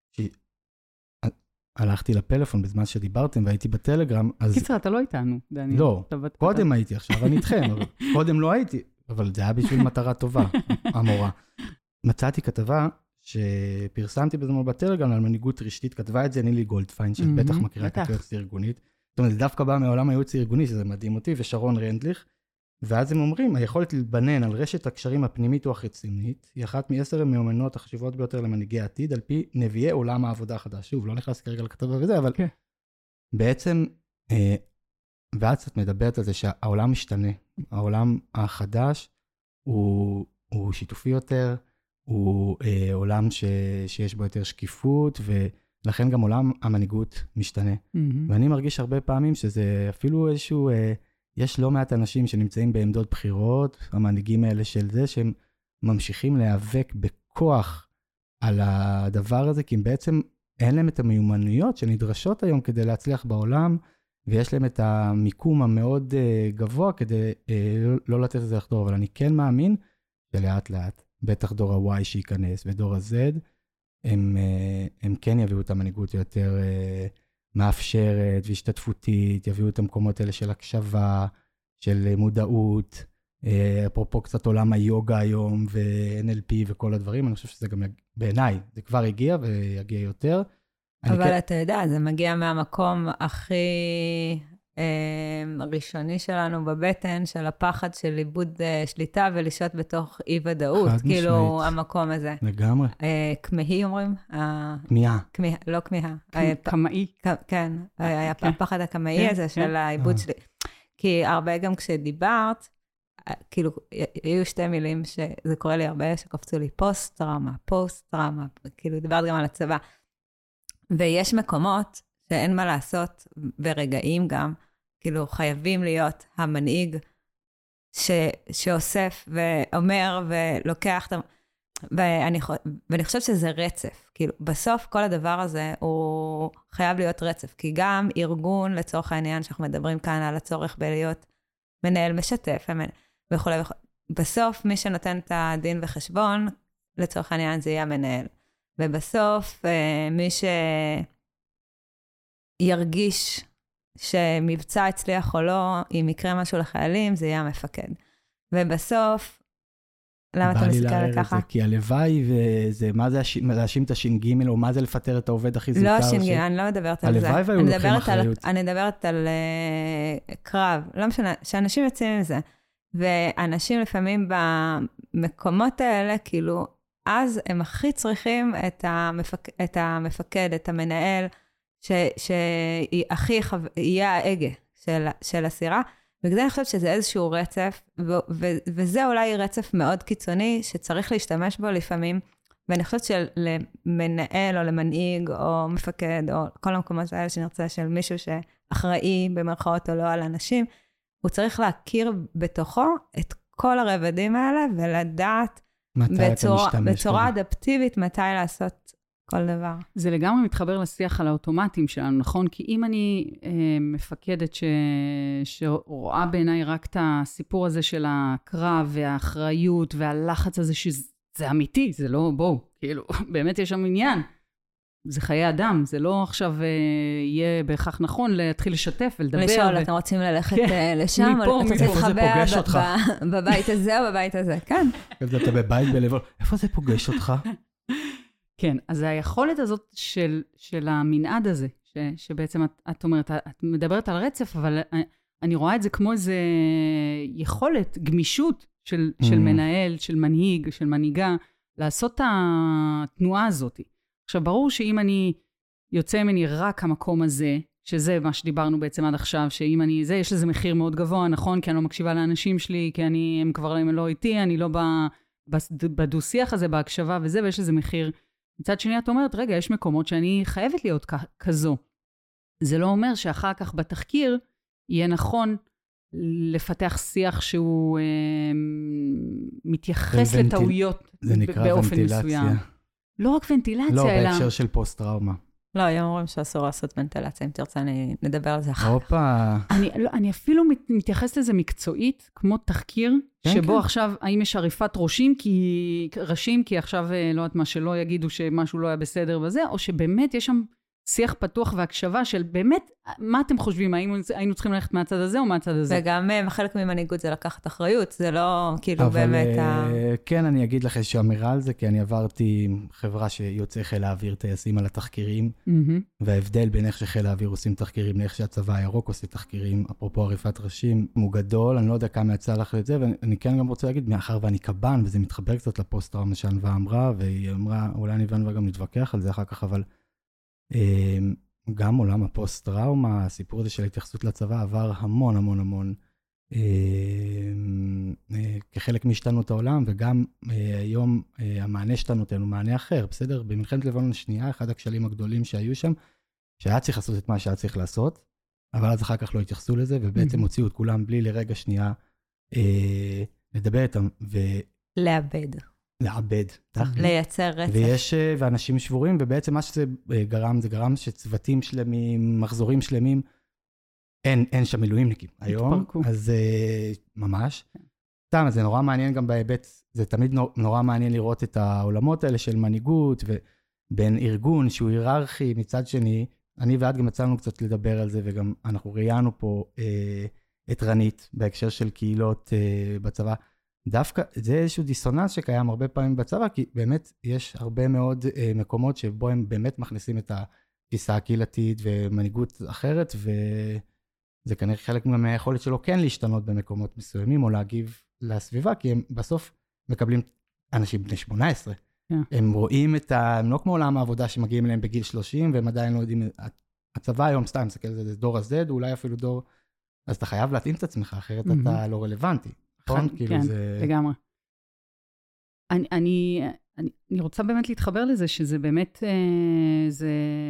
הלכתי לפלאפון בזמן שדיברתם והייתי בטלגרם, אז... קיצר, אתה לא איתנו, דני. לא, קודם הייתי, עכשיו אני איתכם, אבל קודם לא הייתי, אבל זה היה בשביל מטרה טובה, המורה. מצאתי כתבה שפרסמתי בזמן בטלגרם על מנהיגות רשתית, כתבה את זה נילי גולדפיין, שאת בטח מכירה את הייעוץ הארגונית. זאת אומרת, זה דווקא בא מעולם הייעוץ הארגוני, שזה מדהים אותי, ושרון רנדליך, ואז הם אומרים, היכולת להתבנן על רשת הקשרים הפנימית או החיצונית, היא אחת מעשר המיומנויות החשובות ביותר למנהיגי העתיד, על פי נביאי עולם העבודה החדש. שוב, לא נכנס כרגע לכתבה וזה, אבל okay. בעצם, אה, ואז את מדברת על זה שהעולם משתנה. העולם החדש הוא, הוא שיתופי יותר, הוא אה, עולם ש, שיש בו יותר שקיפות, ולכן גם עולם המנהיגות משתנה. Mm-hmm. ואני מרגיש הרבה פעמים שזה אפילו איזשהו... אה, יש לא מעט אנשים שנמצאים בעמדות בחירות, המנהיגים האלה של זה, שהם ממשיכים להיאבק בכוח על הדבר הזה, כי הם בעצם אין להם את המיומנויות שנדרשות היום כדי להצליח בעולם, ויש להם את המיקום המאוד גבוה כדי לא לתת את זה לחדור, אבל אני כן מאמין שלאט לאט, בטח דור ה-Y שייכנס ודור ה-Z, הם, הם כן יביאו את המנהיגות יותר... מאפשרת והשתתפותית, יביאו את המקומות האלה של הקשבה, של מודעות, אפרופו קצת עולם היוגה היום, ו-אן אל פי וכל הדברים, אני חושב שזה גם בעיניי, זה כבר הגיע ויגיע יותר. אבל כן... אתה יודע, זה מגיע מהמקום הכי אה, ראשוני שלנו בבטן, של הפחד של איבוד אה, שליטה ולשעות בתוך אי-ודאות, כאילו משמעית. המקום הזה. לגמרי. אה, כמהי אומרים? כמיהה. כמיהה, לא כמיהה. כמאי. כן, הפחד הכמאי הזה של האיבוד שלי. כי הרבה גם כשדיברת, כאילו, היו שתי מילים שזה קורה לי הרבה, שקופצו לי פוסט-טראומה, פוסט-טראומה, כאילו דיברת גם על הצבא. ויש מקומות שאין מה לעשות, ורגעים גם, כאילו חייבים להיות המנהיג ש, שאוסף ואומר ולוקח, ואני, ואני חושבת שזה רצף. כאילו, בסוף כל הדבר הזה הוא חייב להיות רצף, כי גם ארגון לצורך העניין שאנחנו מדברים כאן על הצורך בלהיות מנהל משתף וכו' וכו'. בסוף מי שנותן את הדין וחשבון, לצורך העניין זה יהיה המנהל. ובסוף מי שירגיש שמבצע הצליח או לא, אם יקרה משהו לחיילים, זה יהיה המפקד. ובסוף, למה אתה מסתכל על ככה? כי הלוואי, וזה, מה זה להאשים את הש"ג, או מה זה לפטר את העובד הכי זוטר? לא הש"ג, אני לא מדברת על זה. הלוואי והיו לוקחים אחריות. אני מדברת על קרב, לא משנה, שאנשים יוצאים מזה. ואנשים לפעמים במקומות האלה, כאילו, אז הם הכי צריכים את המפק... את המפקד, את המנהל, שהכי חו... יהיה ההגה של, של הסירה, וכדי אני חושבת שזה איזשהו רצף, ו... ו... וזה אולי רצף מאוד קיצוני, שצריך להשתמש בו לפעמים, ואני חושבת שלמנהל או למנהיג או מפקד, או כל המקומות האלה שנרצה של מישהו שאחראי במרכאות או לא על אנשים, הוא צריך להכיר בתוכו את כל הרבדים האלה, ולדעת בצורה, בצורה אדפטיבית מתי לעשות כל דבר. זה לגמרי מתחבר לשיח על האוטומטים שלנו, נכון? כי אם אני אה, מפקדת ש... שרואה בעיניי רק את הסיפור הזה של הקרב והאחריות והלחץ הזה, שזה אמיתי, זה לא, בואו, כאילו, באמת יש שם עניין. זה חיי אדם, זה לא עכשיו אה, יהיה בהכרח נכון להתחיל לשתף ולדבר. לשאול, ו... אתם רוצים ללכת כן. לשם, או אתה צריך לחבר בבית הזה או בבית הזה, כן. אתה בבית בלבול, איפה זה פוגש אותך? כן, אז היכולת הזאת של, של המנעד הזה, ש, שבעצם את, את אומרת, את מדברת על רצף, אבל אני רואה את זה כמו איזה יכולת, גמישות של, mm. של מנהל, של מנהיג, של מנהיגה, לעשות את התנועה הזאת. עכשיו, ברור שאם אני יוצא ממני רק המקום הזה, שזה מה שדיברנו בעצם עד עכשיו, שאם אני, זה, יש לזה מחיר מאוד גבוה, נכון? כי אני לא מקשיבה לאנשים שלי, כי אני, הם כבר הם לא איתי, אני לא בדו-שיח הזה, בהקשבה וזה, ויש לזה מחיר. מצד שני, את אומרת, רגע, יש מקומות שאני חייבת להיות כזו. זה לא אומר שאחר כך בתחקיר יהיה נכון לפתח שיח שהוא אה, מתייחס ונטיל... לטעויות זה נקרא באופן ונטילציה. מסוים. לא רק ונטילציה, לא, אלא... לא, בהקשר של פוסט-טראומה. לא, היום אומרים שאסור לעשות ונטילציה, אם תרצה, אני נדבר על זה אחר. הופה. אני, לא, אני אפילו מת, מתייחס לזה מקצועית, כמו תחקיר, כן, שבו כן. עכשיו, האם יש עריפת ראשים, כי, ראשים, כי עכשיו, לא יודעת מה, שלא יגידו שמשהו לא היה בסדר בזה, או שבאמת יש שם שיח פתוח והקשבה של באמת, מה אתם חושבים, האם היינו צריכים ללכת מהצד הזה או מהצד הזה? וגם חלק ממנהיגות זה לקחת אחריות, זה לא כאילו באמת ה... אבל כן, אני אגיד לך איזושהי אמירה על זה, כי אני עברתי חברה שיוצא חיל האוויר טייסים על התחקירים, וההבדל בין איך שחיל האוויר עושים תחקירים, לאיך שהצבא הירוק עושה תחקירים, אפרופו עריפת ראשים, הוא גדול, אני לא יודע כמה יצא לך את זה, ואני כן גם רוצה להגיד, מאחר ואני קב"ן, וזה מתחבר קצת לפוסט-טראומה שענווה אמרה, והיא אמרה, אולי אני וענווה גם נתווכח על זה אחר כך, אבל גם עולם הפוסט-טראומה, הסיפור הזה של ההתייחסות לצבא עבר המון המון המון כחלק מהשתנות העולם, וגם היום המענה שלנו נותן מענה אחר, בסדר? במלחמת לבנון השנייה, אחד הכשלים הגדולים שהיו שם, שהיה צריך לעשות את מה שהיה צריך לעשות, אבל אז אחר כך לא התייחסו לזה, ובעצם הוציאו את כולם בלי לרגע שנייה לדבר איתם, ו... לאבד. לעבד, לייצר רצף. ויש, ואנשים שבורים, ובעצם מה שזה גרם, זה גרם שצוותים שלמים, מחזורים שלמים, אין, אין שם מילואימניקים. היום, התפרקו. אז ממש. סתם, זה נורא מעניין גם בהיבט, זה תמיד נורא מעניין לראות את העולמות האלה של מנהיגות, ובין ארגון שהוא היררכי, מצד שני, אני ועד גם יצאנו קצת לדבר על זה, וגם אנחנו ראיינו פה אה, את רנית, בהקשר של קהילות אה, בצבא, דווקא, זה איזשהו דיסוננס שקיים הרבה פעמים בצבא, כי באמת יש הרבה מאוד אה, מקומות שבו הם באמת מכניסים את התפיסה הקהילתית ומנהיגות אחרת, וזה כנראה חלק מהיכולת שלו כן להשתנות במקומות מסוימים, או להגיב לסביבה, כי הם בסוף מקבלים אנשים בני שמונה עשרה. Yeah. הם רואים את ה... הם לא כמו עולם העבודה שמגיעים אליהם בגיל שלושים, והם עדיין לא יודעים... הצבא היום סתם, זה כזה, זה דור הזד, אולי אפילו דור... אז אתה חייב להתאים את עצמך, אחרת mm-hmm. אתה לא רלוונטי. נכון? כן, כאילו זה... לגמרי. אני, אני, אני, אני רוצה באמת להתחבר לזה, שזה באמת, זה...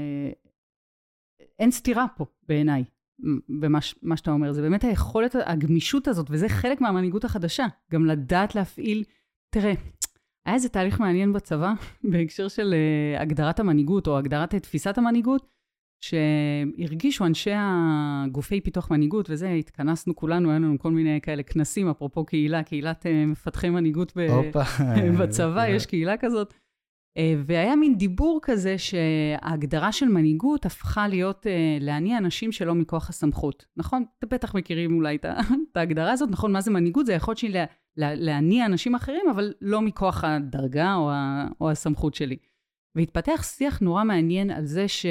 אין סתירה פה בעיניי, במה מה שאתה אומר. זה באמת היכולת, הגמישות הזאת, וזה חלק מהמנהיגות החדשה. גם לדעת להפעיל, תראה, היה איזה תהליך מעניין בצבא, בהקשר של הגדרת המנהיגות, או הגדרת תפיסת המנהיגות, שהרגישו אנשי הגופי פיתוח מנהיגות, וזה, התכנסנו כולנו, היה לנו כל מיני כאלה כנסים, אפרופו קהילה, קהילת מפתחי מנהיגות בצבא, יש קהילה כזאת, והיה מין דיבור כזה שההגדרה של מנהיגות הפכה להיות להניע אנשים שלא מכוח הסמכות. נכון? אתם בטח מכירים אולי את ההגדרה הזאת, נכון? מה זה מנהיגות? זה יכול שלי להניע אנשים אחרים, אבל לא מכוח הדרגה או הסמכות שלי. והתפתח שיח נורא מעניין על זה ש...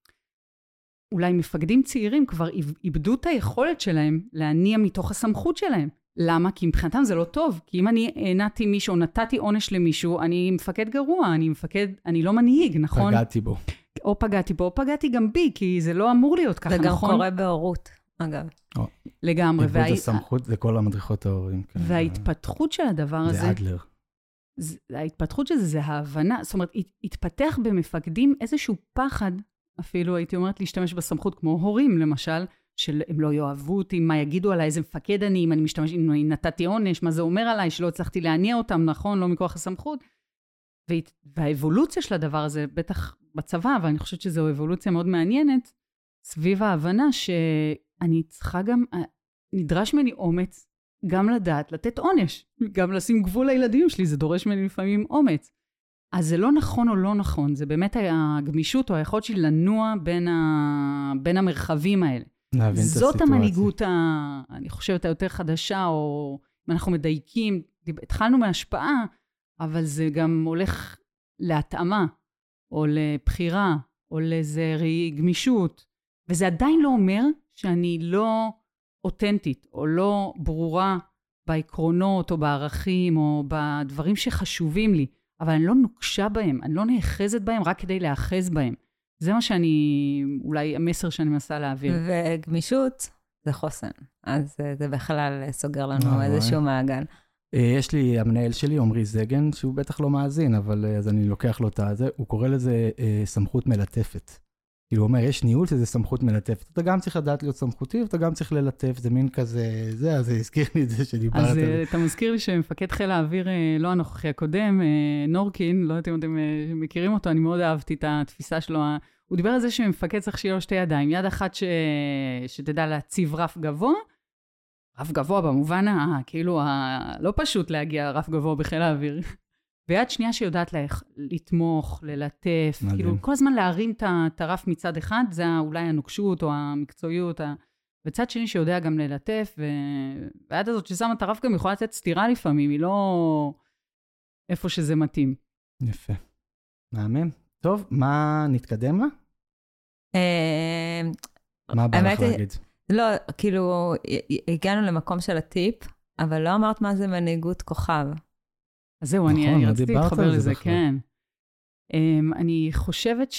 אולי מפקדים צעירים כבר איבדו את היכולת שלהם להניע מתוך הסמכות שלהם. למה? כי מבחינתם זה לא טוב. כי אם אני הענתי מישהו, נתתי עונש למישהו, אני מפקד גרוע, אני מפקד, אני לא מנהיג, נכון? פגעתי בו. או פגעתי בו, או פגעתי גם בי, כי זה לא אמור להיות ככה, נכון? זה גם קורה בהורות, אגב. לגמרי. איבוד הסמכות, זה כל המדריכות ההורים. וההתפתחות של הדבר הזה... זה אדלר. ההתפתחות של זה, זה ההבנה, זאת אומרת, התפתח במפקדים איזשהו פחד, אפילו הייתי אומרת להשתמש בסמכות, כמו הורים למשל, שהם לא יאהבו אותי, מה יגידו עליי, איזה מפקד אני, אם אני משתמש, אם אני נתתי עונש, מה זה אומר עליי, שלא הצלחתי להניע אותם, נכון, לא מכוח הסמכות. והאבולוציה של הדבר הזה, בטח בצבא, אבל אני חושבת שזו אבולוציה מאוד מעניינת, סביב ההבנה שאני צריכה גם, נדרש ממני אומץ, גם לדעת, לתת עונש, גם לשים גבול לילדים שלי, זה דורש ממני לפעמים אומץ. אז זה לא נכון או לא נכון, זה באמת הגמישות או היכולת שלי לנוע בין, ה... בין המרחבים האלה. זאת המנהיגות, ה... אני חושבת, היותר חדשה, או אם אנחנו מדייקים, התחלנו מהשפעה, אבל זה גם הולך להתאמה, או לבחירה, או לאיזה גמישות, וזה עדיין לא אומר שאני לא אותנטית, או לא ברורה בעקרונות, או בערכים, או בדברים שחשובים לי, אבל אני לא נוקשה בהם, אני לא נאחזת בהם רק כדי לאחז בהם. זה מה שאני, אולי המסר שאני מנסה להעביר. וגמישות זה חוסן. אז זה בכלל סוגר לנו איזשהו מעגל. יש לי, המנהל שלי, עומרי זגן, שהוא בטח לא מאזין, אבל אז אני לוקח לו את זה, הוא קורא לזה סמכות מלטפת. כאילו הוא אומר, יש ניהול שזה סמכות מלטפת. אתה גם צריך לדעת להיות סמכותי, ואתה גם צריך ללטף, זה מין כזה, זה, אז זה הזכיר לי את זה שדיברת. אז אתה מזכיר לי שמפקד חיל האוויר, לא הנוכחי הקודם, נורקין, לא יודעת אם אתם מכירים אותו, אני מאוד אהבתי את התפיסה שלו. הוא דיבר על זה שמפקד צריך שיהיה לו שתי ידיים, יד אחת ש... שתדע להציב רף גבוה, רף גבוה במובן ה... כאילו הלא פשוט להגיע רף גבוה בחיל האוויר. ויד שנייה שיודעת לה... לתמוך, ללטף, מדהים. כאילו כל הזמן להרים את הרף מצד אחד, זה אולי הנוקשות או המקצועיות, ה... וצד שני שיודע גם ללטף, ו... והיד הזאת ששמה את הרף גם יכולה לתת סתירה לפעמים, היא לא איפה שזה מתאים. יפה. מהמם. טוב, מה נתקדם לה? מה בא לך להגיד? לא, כאילו, הגענו למקום של הטיפ, אבל לא אמרת מה זה מנהיגות כוכב. אז זהו, אני רציתי להתחבר לזה, כן. אני חושבת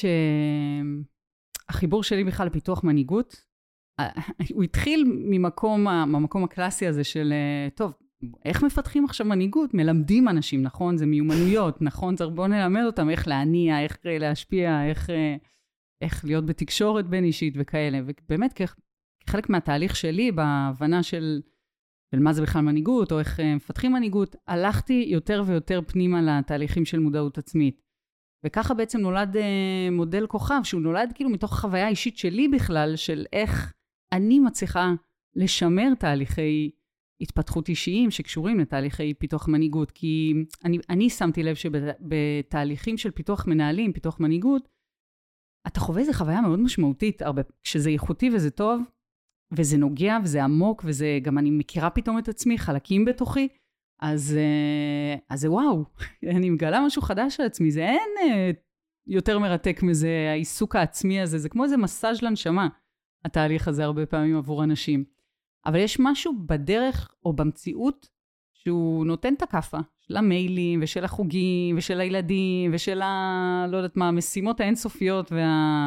שהחיבור שלי בכלל לפיתוח מנהיגות, הוא התחיל ממקום, מהמקום הקלאסי הזה של, טוב, איך מפתחים עכשיו מנהיגות? מלמדים אנשים, נכון? זה מיומנויות, נכון? צריך בוא נלמד אותם איך להניע, איך להשפיע, איך, איך להיות בתקשורת בין אישית וכאלה. ובאמת, כחלק מהתהליך שלי, בהבנה של, של מה זה בכלל מנהיגות, או איך מפתחים מנהיגות, הלכתי יותר ויותר פנימה לתהליכים של מודעות עצמית. וככה בעצם נולד מודל כוכב, שהוא נולד כאילו מתוך חוויה אישית שלי בכלל, של איך אני מצליחה לשמר תהליכי התפתחות אישיים שקשורים לתהליכי פיתוח מנהיגות, כי אני, אני שמתי לב שבתהליכים של פיתוח מנהלים, פיתוח מנהיגות, אתה חווה איזו חוויה מאוד משמעותית, הרבה, כשזה איכותי וזה טוב, וזה נוגע וזה עמוק, וזה גם אני מכירה פתאום את עצמי, חלקים בתוכי, אז, אז זה וואו, אני מגלה משהו חדש על עצמי, זה אין יותר מרתק מזה, העיסוק העצמי הזה, זה כמו איזה מסאז' לנשמה, התהליך הזה הרבה פעמים עבור אנשים. אבל יש משהו בדרך או במציאות שהוא נותן את הכפה של המיילים ושל החוגים ושל הילדים ושל ה... לא יודעת מה, המשימות האינסופיות וה...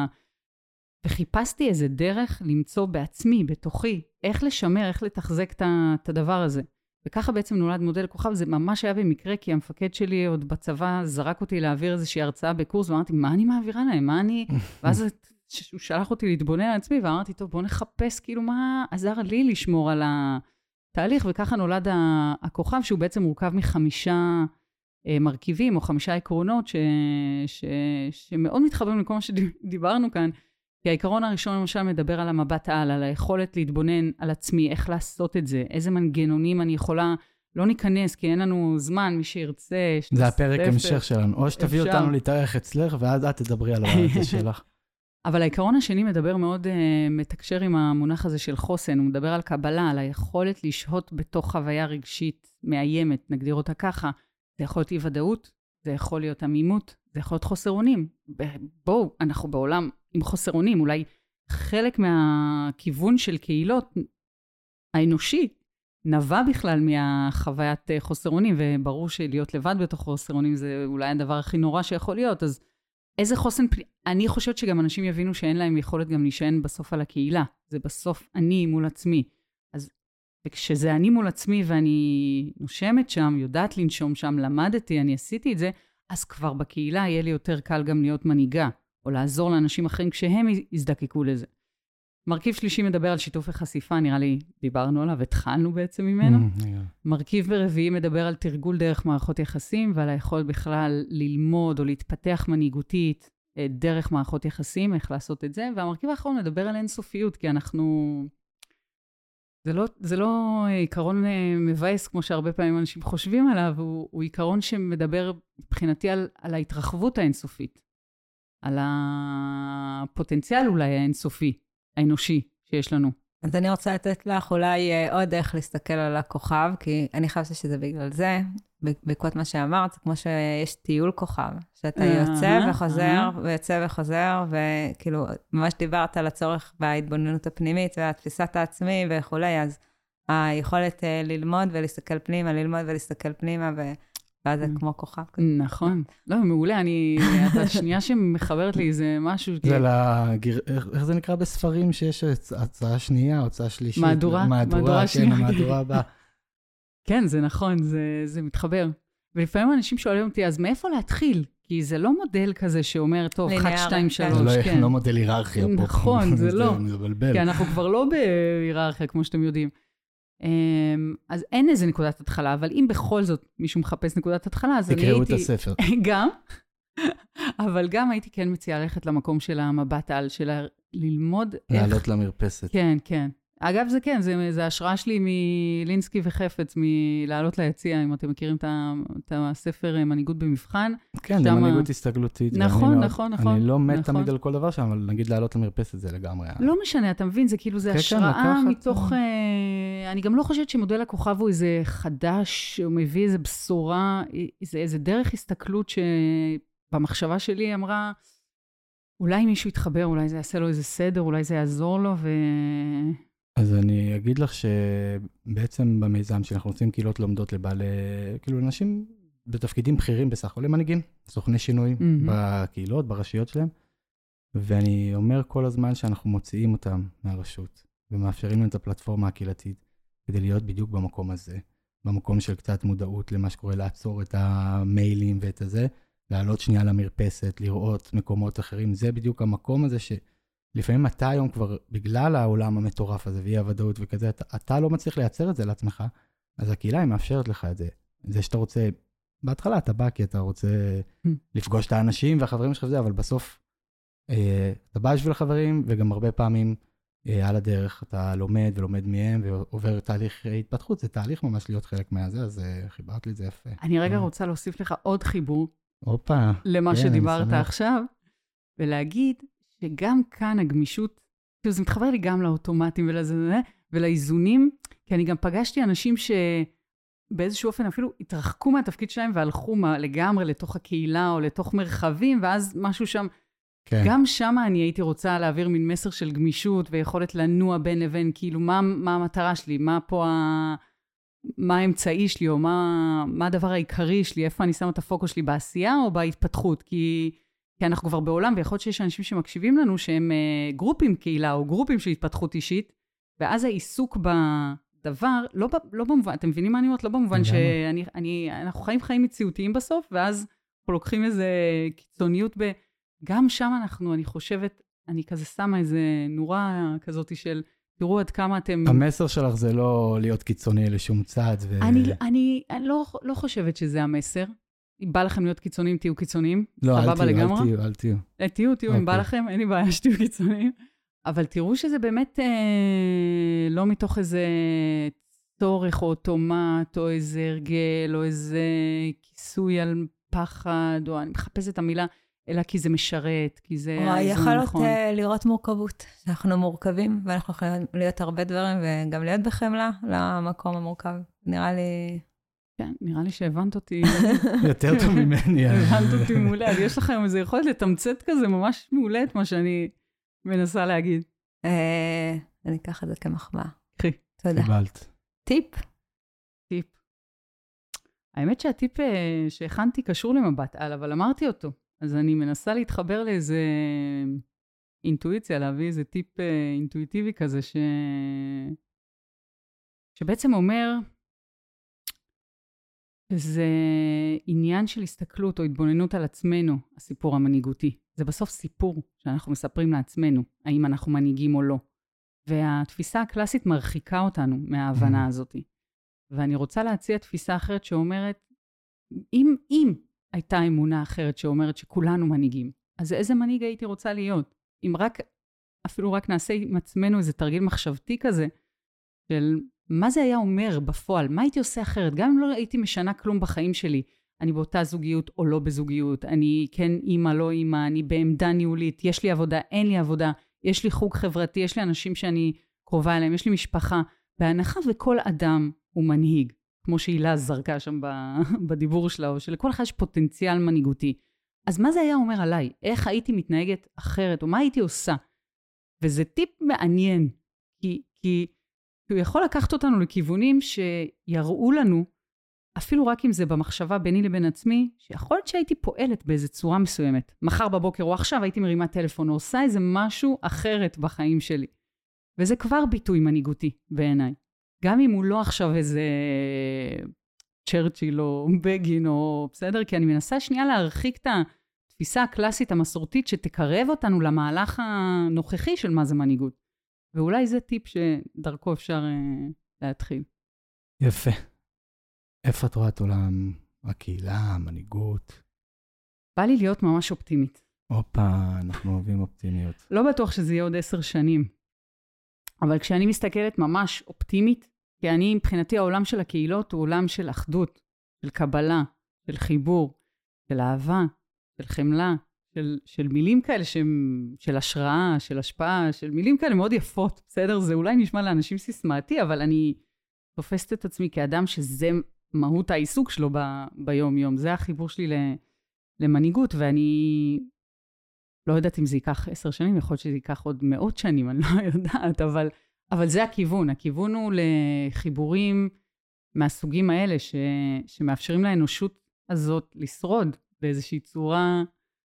וחיפשתי איזה דרך למצוא בעצמי, בתוכי, איך לשמר, איך לתחזק את הדבר הזה. וככה בעצם נולד מודל כוכב, זה ממש היה במקרה, כי המפקד שלי עוד בצבא זרק אותי להעביר איזושהי הרצאה בקורס, ואמרתי, מה אני מעבירה להם? מה אני... ואז הוא שלח אותי להתבונן על עצמי, ואמרתי, טוב, בוא נחפש כאילו מה עזר לי לשמור על התהליך, וככה נולד הכוכב, שהוא בעצם מורכב מחמישה מרכיבים, או חמישה עקרונות, ש... ש... שמאוד מתחברים לכל מה שדיברנו כאן, כי העיקרון הראשון למשל מדבר על המבט העל, על היכולת להתבונן על עצמי, איך לעשות את זה, איזה מנגנונים אני יכולה, לא ניכנס, כי אין לנו זמן, מי שירצה. זה הפרק המשך שלנו, או שתביא אותנו להתארח אצלך, ואז את תדברי על זה שלך. אבל העיקרון השני מדבר מאוד, uh, מתקשר עם המונח הזה של חוסן, הוא מדבר על קבלה, על היכולת לשהות בתוך חוויה רגשית מאיימת, נגדיר אותה ככה, זה יכול להיות אי ודאות, זה יכול להיות עמימות, זה יכול להיות חוסר אונים. בואו, אנחנו בעולם עם חוסר אונים, אולי חלק מהכיוון של קהילות האנושי, נבע בכלל מהחוויית חוסר אונים, וברור שלהיות לבד בתוך חוסר אונים זה אולי הדבר הכי נורא שיכול להיות, אז איזה חוסן, אני חושבת שגם אנשים יבינו שאין להם יכולת גם להישען בסוף על הקהילה, זה בסוף אני מול עצמי, אז וכשזה אני מול עצמי ואני נושמת שם, יודעת לנשום שם, למדתי, אני עשיתי את זה, אז כבר בקהילה יהיה לי יותר קל גם להיות מנהיגה, או לעזור לאנשים אחרים כשהם יזדקקו לזה. מרכיב שלישי מדבר על שיתוף וחשיפה, נראה לי דיברנו עליו, התחלנו בעצם ממנו. מרכיב ברביעי מדבר על תרגול דרך מערכות יחסים, ועל היכולת בכלל ללמוד או להתפתח מנהיגותית דרך מערכות יחסים, איך לעשות את זה. והמרכיב האחרון מדבר על אינסופיות, כי אנחנו... זה לא, זה לא עיקרון מבאס, כמו שהרבה פעמים אנשים חושבים עליו, הוא, הוא עיקרון שמדבר מבחינתי על, על ההתרחבות האינסופית, על הפוטנציאל אולי האינסופי. האנושי שיש לנו. אז אני רוצה לתת לך אולי עוד איך להסתכל על הכוכב, כי אני חושבת שזה בגלל זה, בעקבות מה שאמרת, כמו שיש טיול כוכב, שאתה יוצא וחוזר, ויוצא וחוזר, וכאילו, ממש דיברת על הצורך בהתבוננות הפנימית, והתפיסת העצמי וכולי, אז היכולת ללמוד ולהסתכל פנימה, ללמוד ולהסתכל פנימה, ואז זה כמו כוכב. נכון. לא, מעולה, אני, השנייה שמחברת לי זה משהו... זה לגר... איך זה נקרא בספרים שיש הצעה שנייה, הצעה שלישית? מהדורה. מהדורה, כן, המהדורה הבאה. כן, זה נכון, זה, זה מתחבר. ולפעמים אנשים שואלים אותי, אז מאיפה להתחיל? כי זה לא מודל כזה שאומר, טוב, אחת, שתיים, שלוש, זה כן. לא מודל היררכיה פה. נכון, זה לא. זה מבלבל. כי אנחנו כבר לא בהיררכיה, כמו שאתם יודעים. אז אין איזה נקודת התחלה, אבל אם בכל זאת מישהו מחפש נקודת התחלה, אז אני הייתי... תקראו את הספר. גם, אבל גם הייתי כן מציעה ללכת למקום של המבט על, של ללמוד איך... לעלות למרפסת. כן, כן. אגב, זה כן, זה, זה השראה שלי מלינסקי וחפץ, מלעלות ליציע, אם אתם מכירים את הספר מנהיגות במבחן. כן, זה מנהיגות הסתגלותית. נכון, נכון, נכון. אני לא מת תמיד על כל דבר שם, אבל נגיד לעלות למרפסת זה לגמרי. לא משנה, אתה מבין, זה כאילו, זה השראה מתוך... אני גם לא חושבת שמודל הכוכב הוא איזה חדש, הוא מביא איזה בשורה, איזה דרך הסתכלות שבמחשבה שלי אמרה, אולי מישהו יתחבר, אולי זה יעשה לו איזה סדר, אולי זה יעזור לו, ו... אז אני אגיד לך שבעצם במיזם שאנחנו עושים קהילות לומדות לבעלי, כאילו אנשים בתפקידים בכירים בסך הכל, למנהיגים, סוכני שינוי mm-hmm. בקהילות, ברשויות שלהם, ואני אומר כל הזמן שאנחנו מוציאים אותם מהרשות, ומאפשרים להם את הפלטפורמה הקהילתית, כדי להיות בדיוק במקום הזה, במקום של קצת מודעות למה שקורה, לעצור את המיילים ואת הזה, לעלות שנייה למרפסת, לראות מקומות אחרים, זה בדיוק המקום הזה ש... לפעמים אתה היום כבר, בגלל העולם המטורף הזה, ואי הוודאות וכזה, אתה, אתה לא מצליח לייצר את זה לעצמך, אז הקהילה היא מאפשרת לך את זה. זה שאתה רוצה, בהתחלה אתה בא כי אתה רוצה לפגוש את האנשים והחברים שלך וזה, אבל בסוף אה, אתה בא בשביל החברים, וגם הרבה פעמים אה, על הדרך אתה לומד ולומד מהם, ועובר תהליך התפתחות, זה תהליך ממש להיות חלק מהזה, אז אה, חיברת לי את זה יפה. אני רגע רוצה להוסיף לך עוד חיבור, אופה, למה כן, שדיברת עכשיו, ולהגיד, שגם כאן הגמישות, כאילו זה מתחבר לי גם לאוטומטים ולזה, ולאיזונים, כי אני גם פגשתי אנשים שבאיזשהו אופן אפילו התרחקו מהתפקיד שלהם והלכו לגמרי לתוך הקהילה או לתוך מרחבים, ואז משהו שם, כן. גם שם אני הייתי רוצה להעביר מין מסר של גמישות ויכולת לנוע בין לבין, כאילו מה, מה המטרה שלי, מה פה ה... מה האמצעי שלי, או מה, מה הדבר העיקרי שלי, איפה אני שם את הפוקוס שלי, בעשייה או בהתפתחות, כי... כי אנחנו כבר בעולם, ויכול להיות שיש אנשים שמקשיבים לנו, שהם uh, גרופים קהילה, או גרופים של התפתחות אישית, ואז העיסוק בדבר, לא, לא במובן, אתם מבינים מה אני אומרת? לא במובן שאני, אני, אנחנו חיים חיים מציאותיים בסוף, ואז אנחנו לוקחים איזה קיצוניות ב... גם שם אנחנו, אני חושבת, אני כזה שמה איזה נורה כזאת של, תראו עד כמה אתם... המסר שלך זה לא להיות קיצוני לשום צד. ו... אני, אני, אני לא, לא חושבת שזה המסר. אם בא לכם להיות קיצוניים, תהיו קיצוניים. לא, אל תהיו, אל תהיו, אל תהיו. תהיו, תהיו, אם בא לכם, אין לי בעיה שתהיו קיצוניים. אבל תראו שזה באמת אה, לא מתוך איזה צורך או אוטומט, או איזה הרגל, או איזה כיסוי על פחד, או אני מחפשת את המילה, אלא כי זה משרת, כי זה... וואי, יכולות נכון. לראות מורכבות. אנחנו מורכבים, ואנחנו יכולים להיות הרבה דברים, וגם להיות בחמלה למקום המורכב. נראה לי... כן, נראה לי שהבנת אותי. יותר טוב ממני. הבנת אותי מעולה. אז יש לכם איזה יכולת לתמצת כזה ממש מעולה את מה שאני מנסה להגיד. אני אקח את זה כמחמאה. קחי. תודה. קיבלת. טיפ? טיפ. האמת שהטיפ שהכנתי קשור למבט על, אבל אמרתי אותו. אז אני מנסה להתחבר לאיזה אינטואיציה, להביא איזה טיפ אינטואיטיבי כזה, ש... שבעצם אומר... זה עניין של הסתכלות או התבוננות על עצמנו, הסיפור המנהיגותי. זה בסוף סיפור שאנחנו מספרים לעצמנו, האם אנחנו מנהיגים או לא. והתפיסה הקלאסית מרחיקה אותנו מההבנה הזאת. ואני רוצה להציע תפיסה אחרת שאומרת, אם, אם הייתה אמונה אחרת שאומרת שכולנו מנהיגים, אז איזה מנהיג הייתי רוצה להיות? אם רק, אפילו רק נעשה עם עצמנו איזה תרגיל מחשבתי כזה, של... מה זה היה אומר בפועל? מה הייתי עושה אחרת? גם אם לא הייתי משנה כלום בחיים שלי, אני באותה זוגיות או לא בזוגיות, אני כן אימא, לא אימא, אני בעמדה ניהולית, יש לי עבודה, אין לי עבודה, יש לי חוג חברתי, יש לי אנשים שאני קרובה אליהם, יש לי משפחה, בהנחה וכל אדם הוא מנהיג, כמו שהילה זרקה שם בדיבור שלה, או שלכל אחד יש פוטנציאל מנהיגותי. אז מה זה היה אומר עליי? איך הייתי מתנהגת אחרת, או מה הייתי עושה? וזה טיפ מעניין, כי, כי הוא יכול לקחת אותנו לכיוונים שיראו לנו, אפילו רק אם זה במחשבה ביני לבין עצמי, שיכול להיות שהייתי פועלת באיזו צורה מסוימת. מחר בבוקר או עכשיו הייתי מרימה טלפון, או עושה איזה משהו אחרת בחיים שלי. וזה כבר ביטוי מנהיגותי בעיניי. גם אם הוא לא עכשיו איזה צ'רצ'יל או בגין או בסדר, כי אני מנסה שנייה להרחיק את התפיסה הקלאסית המסורתית שתקרב אותנו למהלך הנוכחי של מה זה מנהיגות. ואולי זה טיפ שדרכו אפשר uh, להתחיל. יפה. איפה את רואה את עולם הקהילה, המנהיגות? בא לי להיות ממש אופטימית. אופה, אנחנו אוהבים אופטימיות. לא בטוח שזה יהיה עוד עשר שנים. אבל כשאני מסתכלת ממש אופטימית, כי אני מבחינתי העולם של הקהילות הוא עולם של אחדות, של קבלה, של חיבור, של אהבה, של חמלה, של, של מילים כאלה שהם, של השראה, של השפעה, של מילים כאלה מאוד יפות, בסדר? זה אולי נשמע לאנשים סיסמאתי, אבל אני תופסת את עצמי כאדם שזה מהות העיסוק שלו ב, ביום יום. זה החיבור שלי למנהיגות, ואני לא יודעת אם זה ייקח עשר שנים, יכול להיות שזה ייקח עוד מאות שנים, אני לא יודעת, אבל, אבל זה הכיוון. הכיוון הוא לחיבורים מהסוגים האלה, ש, שמאפשרים לאנושות הזאת לשרוד באיזושהי צורה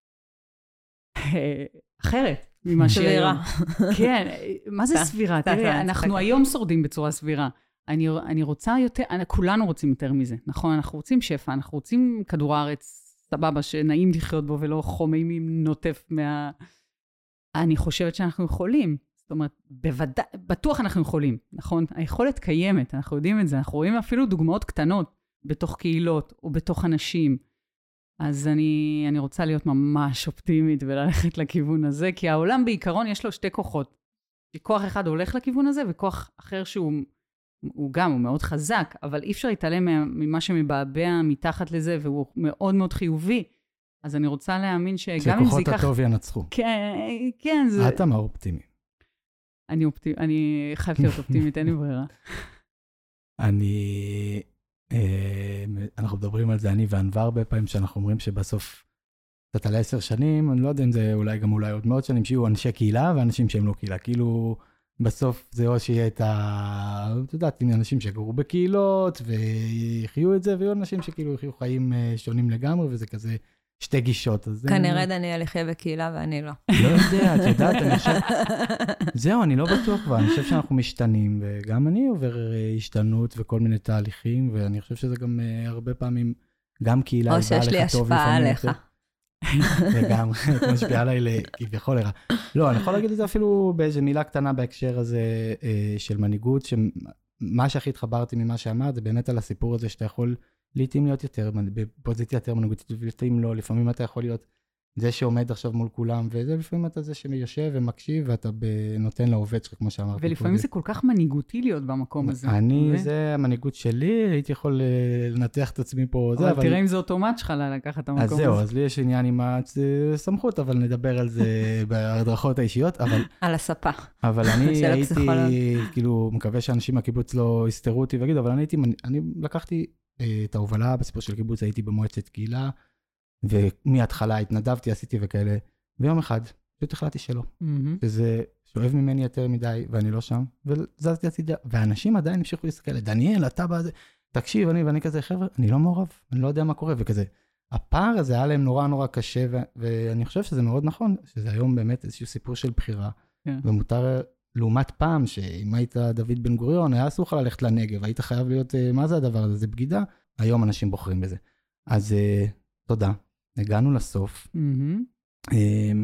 אחרת ממה סבירה. כן, מה זה סבירה? תראה, אנחנו היום שורדים בצורה סבירה. אני, אני רוצה יותר, כולנו רוצים יותר מזה, נכון? אנחנו רוצים שפע, אנחנו רוצים כדור הארץ, סבבה, שנעים לחיות בו ולא חוממים נוטף מה... אני חושבת שאנחנו יכולים. זאת אומרת, בוודא, בטוח אנחנו יכולים, נכון? היכולת קיימת, אנחנו יודעים את זה. אנחנו רואים אפילו דוגמאות קטנות בתוך קהילות או בתוך אנשים. אז אני, אני רוצה להיות ממש אופטימית וללכת לכיוון הזה, כי העולם בעיקרון יש לו שתי כוחות. כוח אחד הולך לכיוון הזה, וכוח אחר שהוא הוא גם, הוא מאוד חזק, אבל אי אפשר להתעלם ממה שמבעבע מתחת לזה, והוא מאוד מאוד חיובי. אז אני רוצה להאמין שגם אם זה ייקח... שכוחות הטוב ינצחו. כן, כן. זה... את אמר אופטימי. אני אופטימי, אני חייבת להיות אופטימית, אין לי ברירה. אני... אנחנו מדברים על זה, אני וענבר הרבה פעמים, שאנחנו אומרים שבסוף, קצת על עשר שנים, אני לא יודע אם זה אולי גם אולי עוד מאות שנים, שיהיו אנשי קהילה ואנשים שהם לא קהילה. כאילו, בסוף זה או שיהיה את ה... את יודעת, עם אנשים שגרו בקהילות ויחיו את זה, ויהיו אנשים שכאילו יחיו חיים שונים לגמרי, וזה כזה שתי גישות. כנראה דניאל יחיה בקהילה ואני לא. לא יודע, את יודעת, אני חושב... זהו, אני לא בטוח כבר, אני חושב שאנחנו משתנים, וגם אני עובר השתנות וכל מיני תהליכים, ואני חושב שזה גם הרבה פעמים, גם קהילה... או שיש לי השפעה עליך. וגם, את משפיעה עליי כביכול לרע. לא, אני יכול להגיד את זה אפילו באיזו מילה קטנה בהקשר הזה של מנהיגות, שמה שהכי התחברתי ממה שאמרת, זה באמת על הסיפור הזה שאתה יכול לעתים להיות יותר, בפוזיציה יותר מנהיגותית, ולעתים לא, לפעמים אתה יכול להיות זה שעומד עכשיו מול כולם, וזה לפעמים אתה זה שיושב ומקשיב, ואתה נותן לעובד שלך, כמו שאמרתי. ולפעמים זה כל כך מנהיגותי להיות במקום הזה. אני, זה המנהיגות שלי, הייתי יכול לנתח את עצמי פה. אבל תראה אם זה אוטומט שלך לקחת את המקום הזה. אז זהו, אז לי יש עניין עם הסמכות, אבל נדבר על זה בהדרכות האישיות, אבל... על הספה. אבל אני הייתי, כאילו, מקווה שאנשים מהקיבוץ לא יסתרו אותי ויגידו, אבל אני לקחתי את ההובלה בסיפור של הקיבוץ, הייתי במועצת קהילה, ומההתחלה התנדבתי, עשיתי וכאלה, ויום אחד, פשוט החלטתי שלא. וזה שואב ממני יותר מדי, ואני לא שם, וזזתי הצידה, ואנשים עדיין המשיכו להסתכל, דניאל, אתה בזה, תקשיב, אני, ואני כזה, חבר'ה, אני לא מעורב, אני לא יודע מה קורה, וכזה. הפער הזה היה להם נורא נורא קשה, ואני חושב שזה מאוד נכון, שזה היום באמת איזשהו סיפור של בחירה, ומותר לעומת פעם, שאם היית דוד בן גוריון, היה אסור לך ללכת לנגב, היית חייב להיות, מה זה הדבר הזה? זה בגידה, היום אנשים בוחרים בזה. אז תודה. הגענו לסוף. Mm-hmm.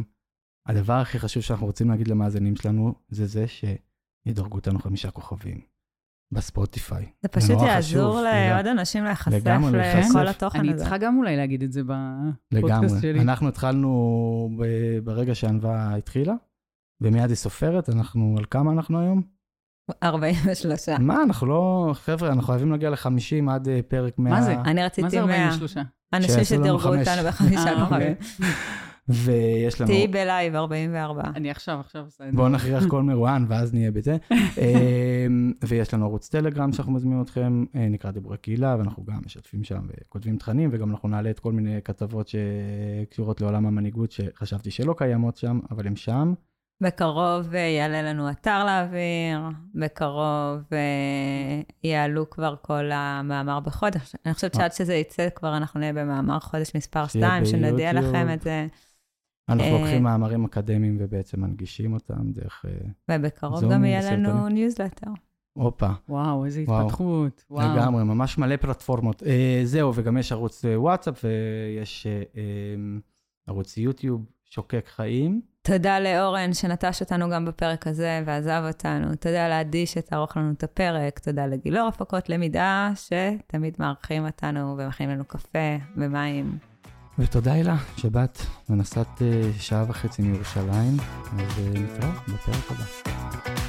הדבר הכי חשוב שאנחנו רוצים להגיד למאזינים שלנו, זה זה שידרגו אותנו חמישה כוכבים בספוטיפיי. זה פשוט יעזור לעוד אנשים להיחשף לכל התוכן הזה. אני צריכה גם אולי להגיד את זה בפודקאסט שלי. אנחנו התחלנו ברגע שענווה התחילה, ומיד היא סופרת, אנחנו, על כמה אנחנו היום? ארבעים ושלוש. מה, אנחנו לא, חבר'ה, אנחנו חייבים להגיע ל-חמישים עד פרק מאה. מה זה? אני רציתי מאה. מה זה ארבעים ושלוש? אנשים שדירגו אותנו בחמישה כוכבים. ויש לנו... תהי בלייב ארבעים וארבע. אני עכשיו, עכשיו עושה את זה. בואו נכריח כל מרואיין, ואז נהיה בזה. ויש לנו ערוץ טלגרם שאנחנו מזמינים אתכם, נקרא דיבורי קהילה, ואנחנו גם משתפים שם וכותבים תכנים, וגם אנחנו נעלה את כל מיני כתבות שקשורות לעולם המנהיגות, שחשבתי שלא קיימות שם, אבל הם שם. בקרוב יעלה לנו אתר לאוויר, בקרוב יעלו כבר כל המאמר בחודש. אני חושבת שעד שזה יצא כבר אנחנו נהיה במאמר חודש מספר שתיים, שנדיע לכם את זה. אנחנו לוקחים מאמרים אקדמיים ובעצם מנגישים אותם דרך... ובקרוב גם יהיה לנו ניוזלטר. אופה. וואו, איזו התפתחות. לגמרי, ממש מלא פלטפורמות. זהו, וגם יש ערוץ וואטסאפ, ויש ערוץ יוטיוב, שוקק חיים. תודה לאורן שנטש אותנו גם בפרק הזה ועזב אותנו. תודה לעדי שתערוך לנו את הפרק. תודה לגילור הפקות למידה שתמיד מארחים אותנו ומכינים לנו קפה ומים. ותודה אילה שבאת ונסעת שעה וחצי מירושלים. אז נתראה בפרק הבא.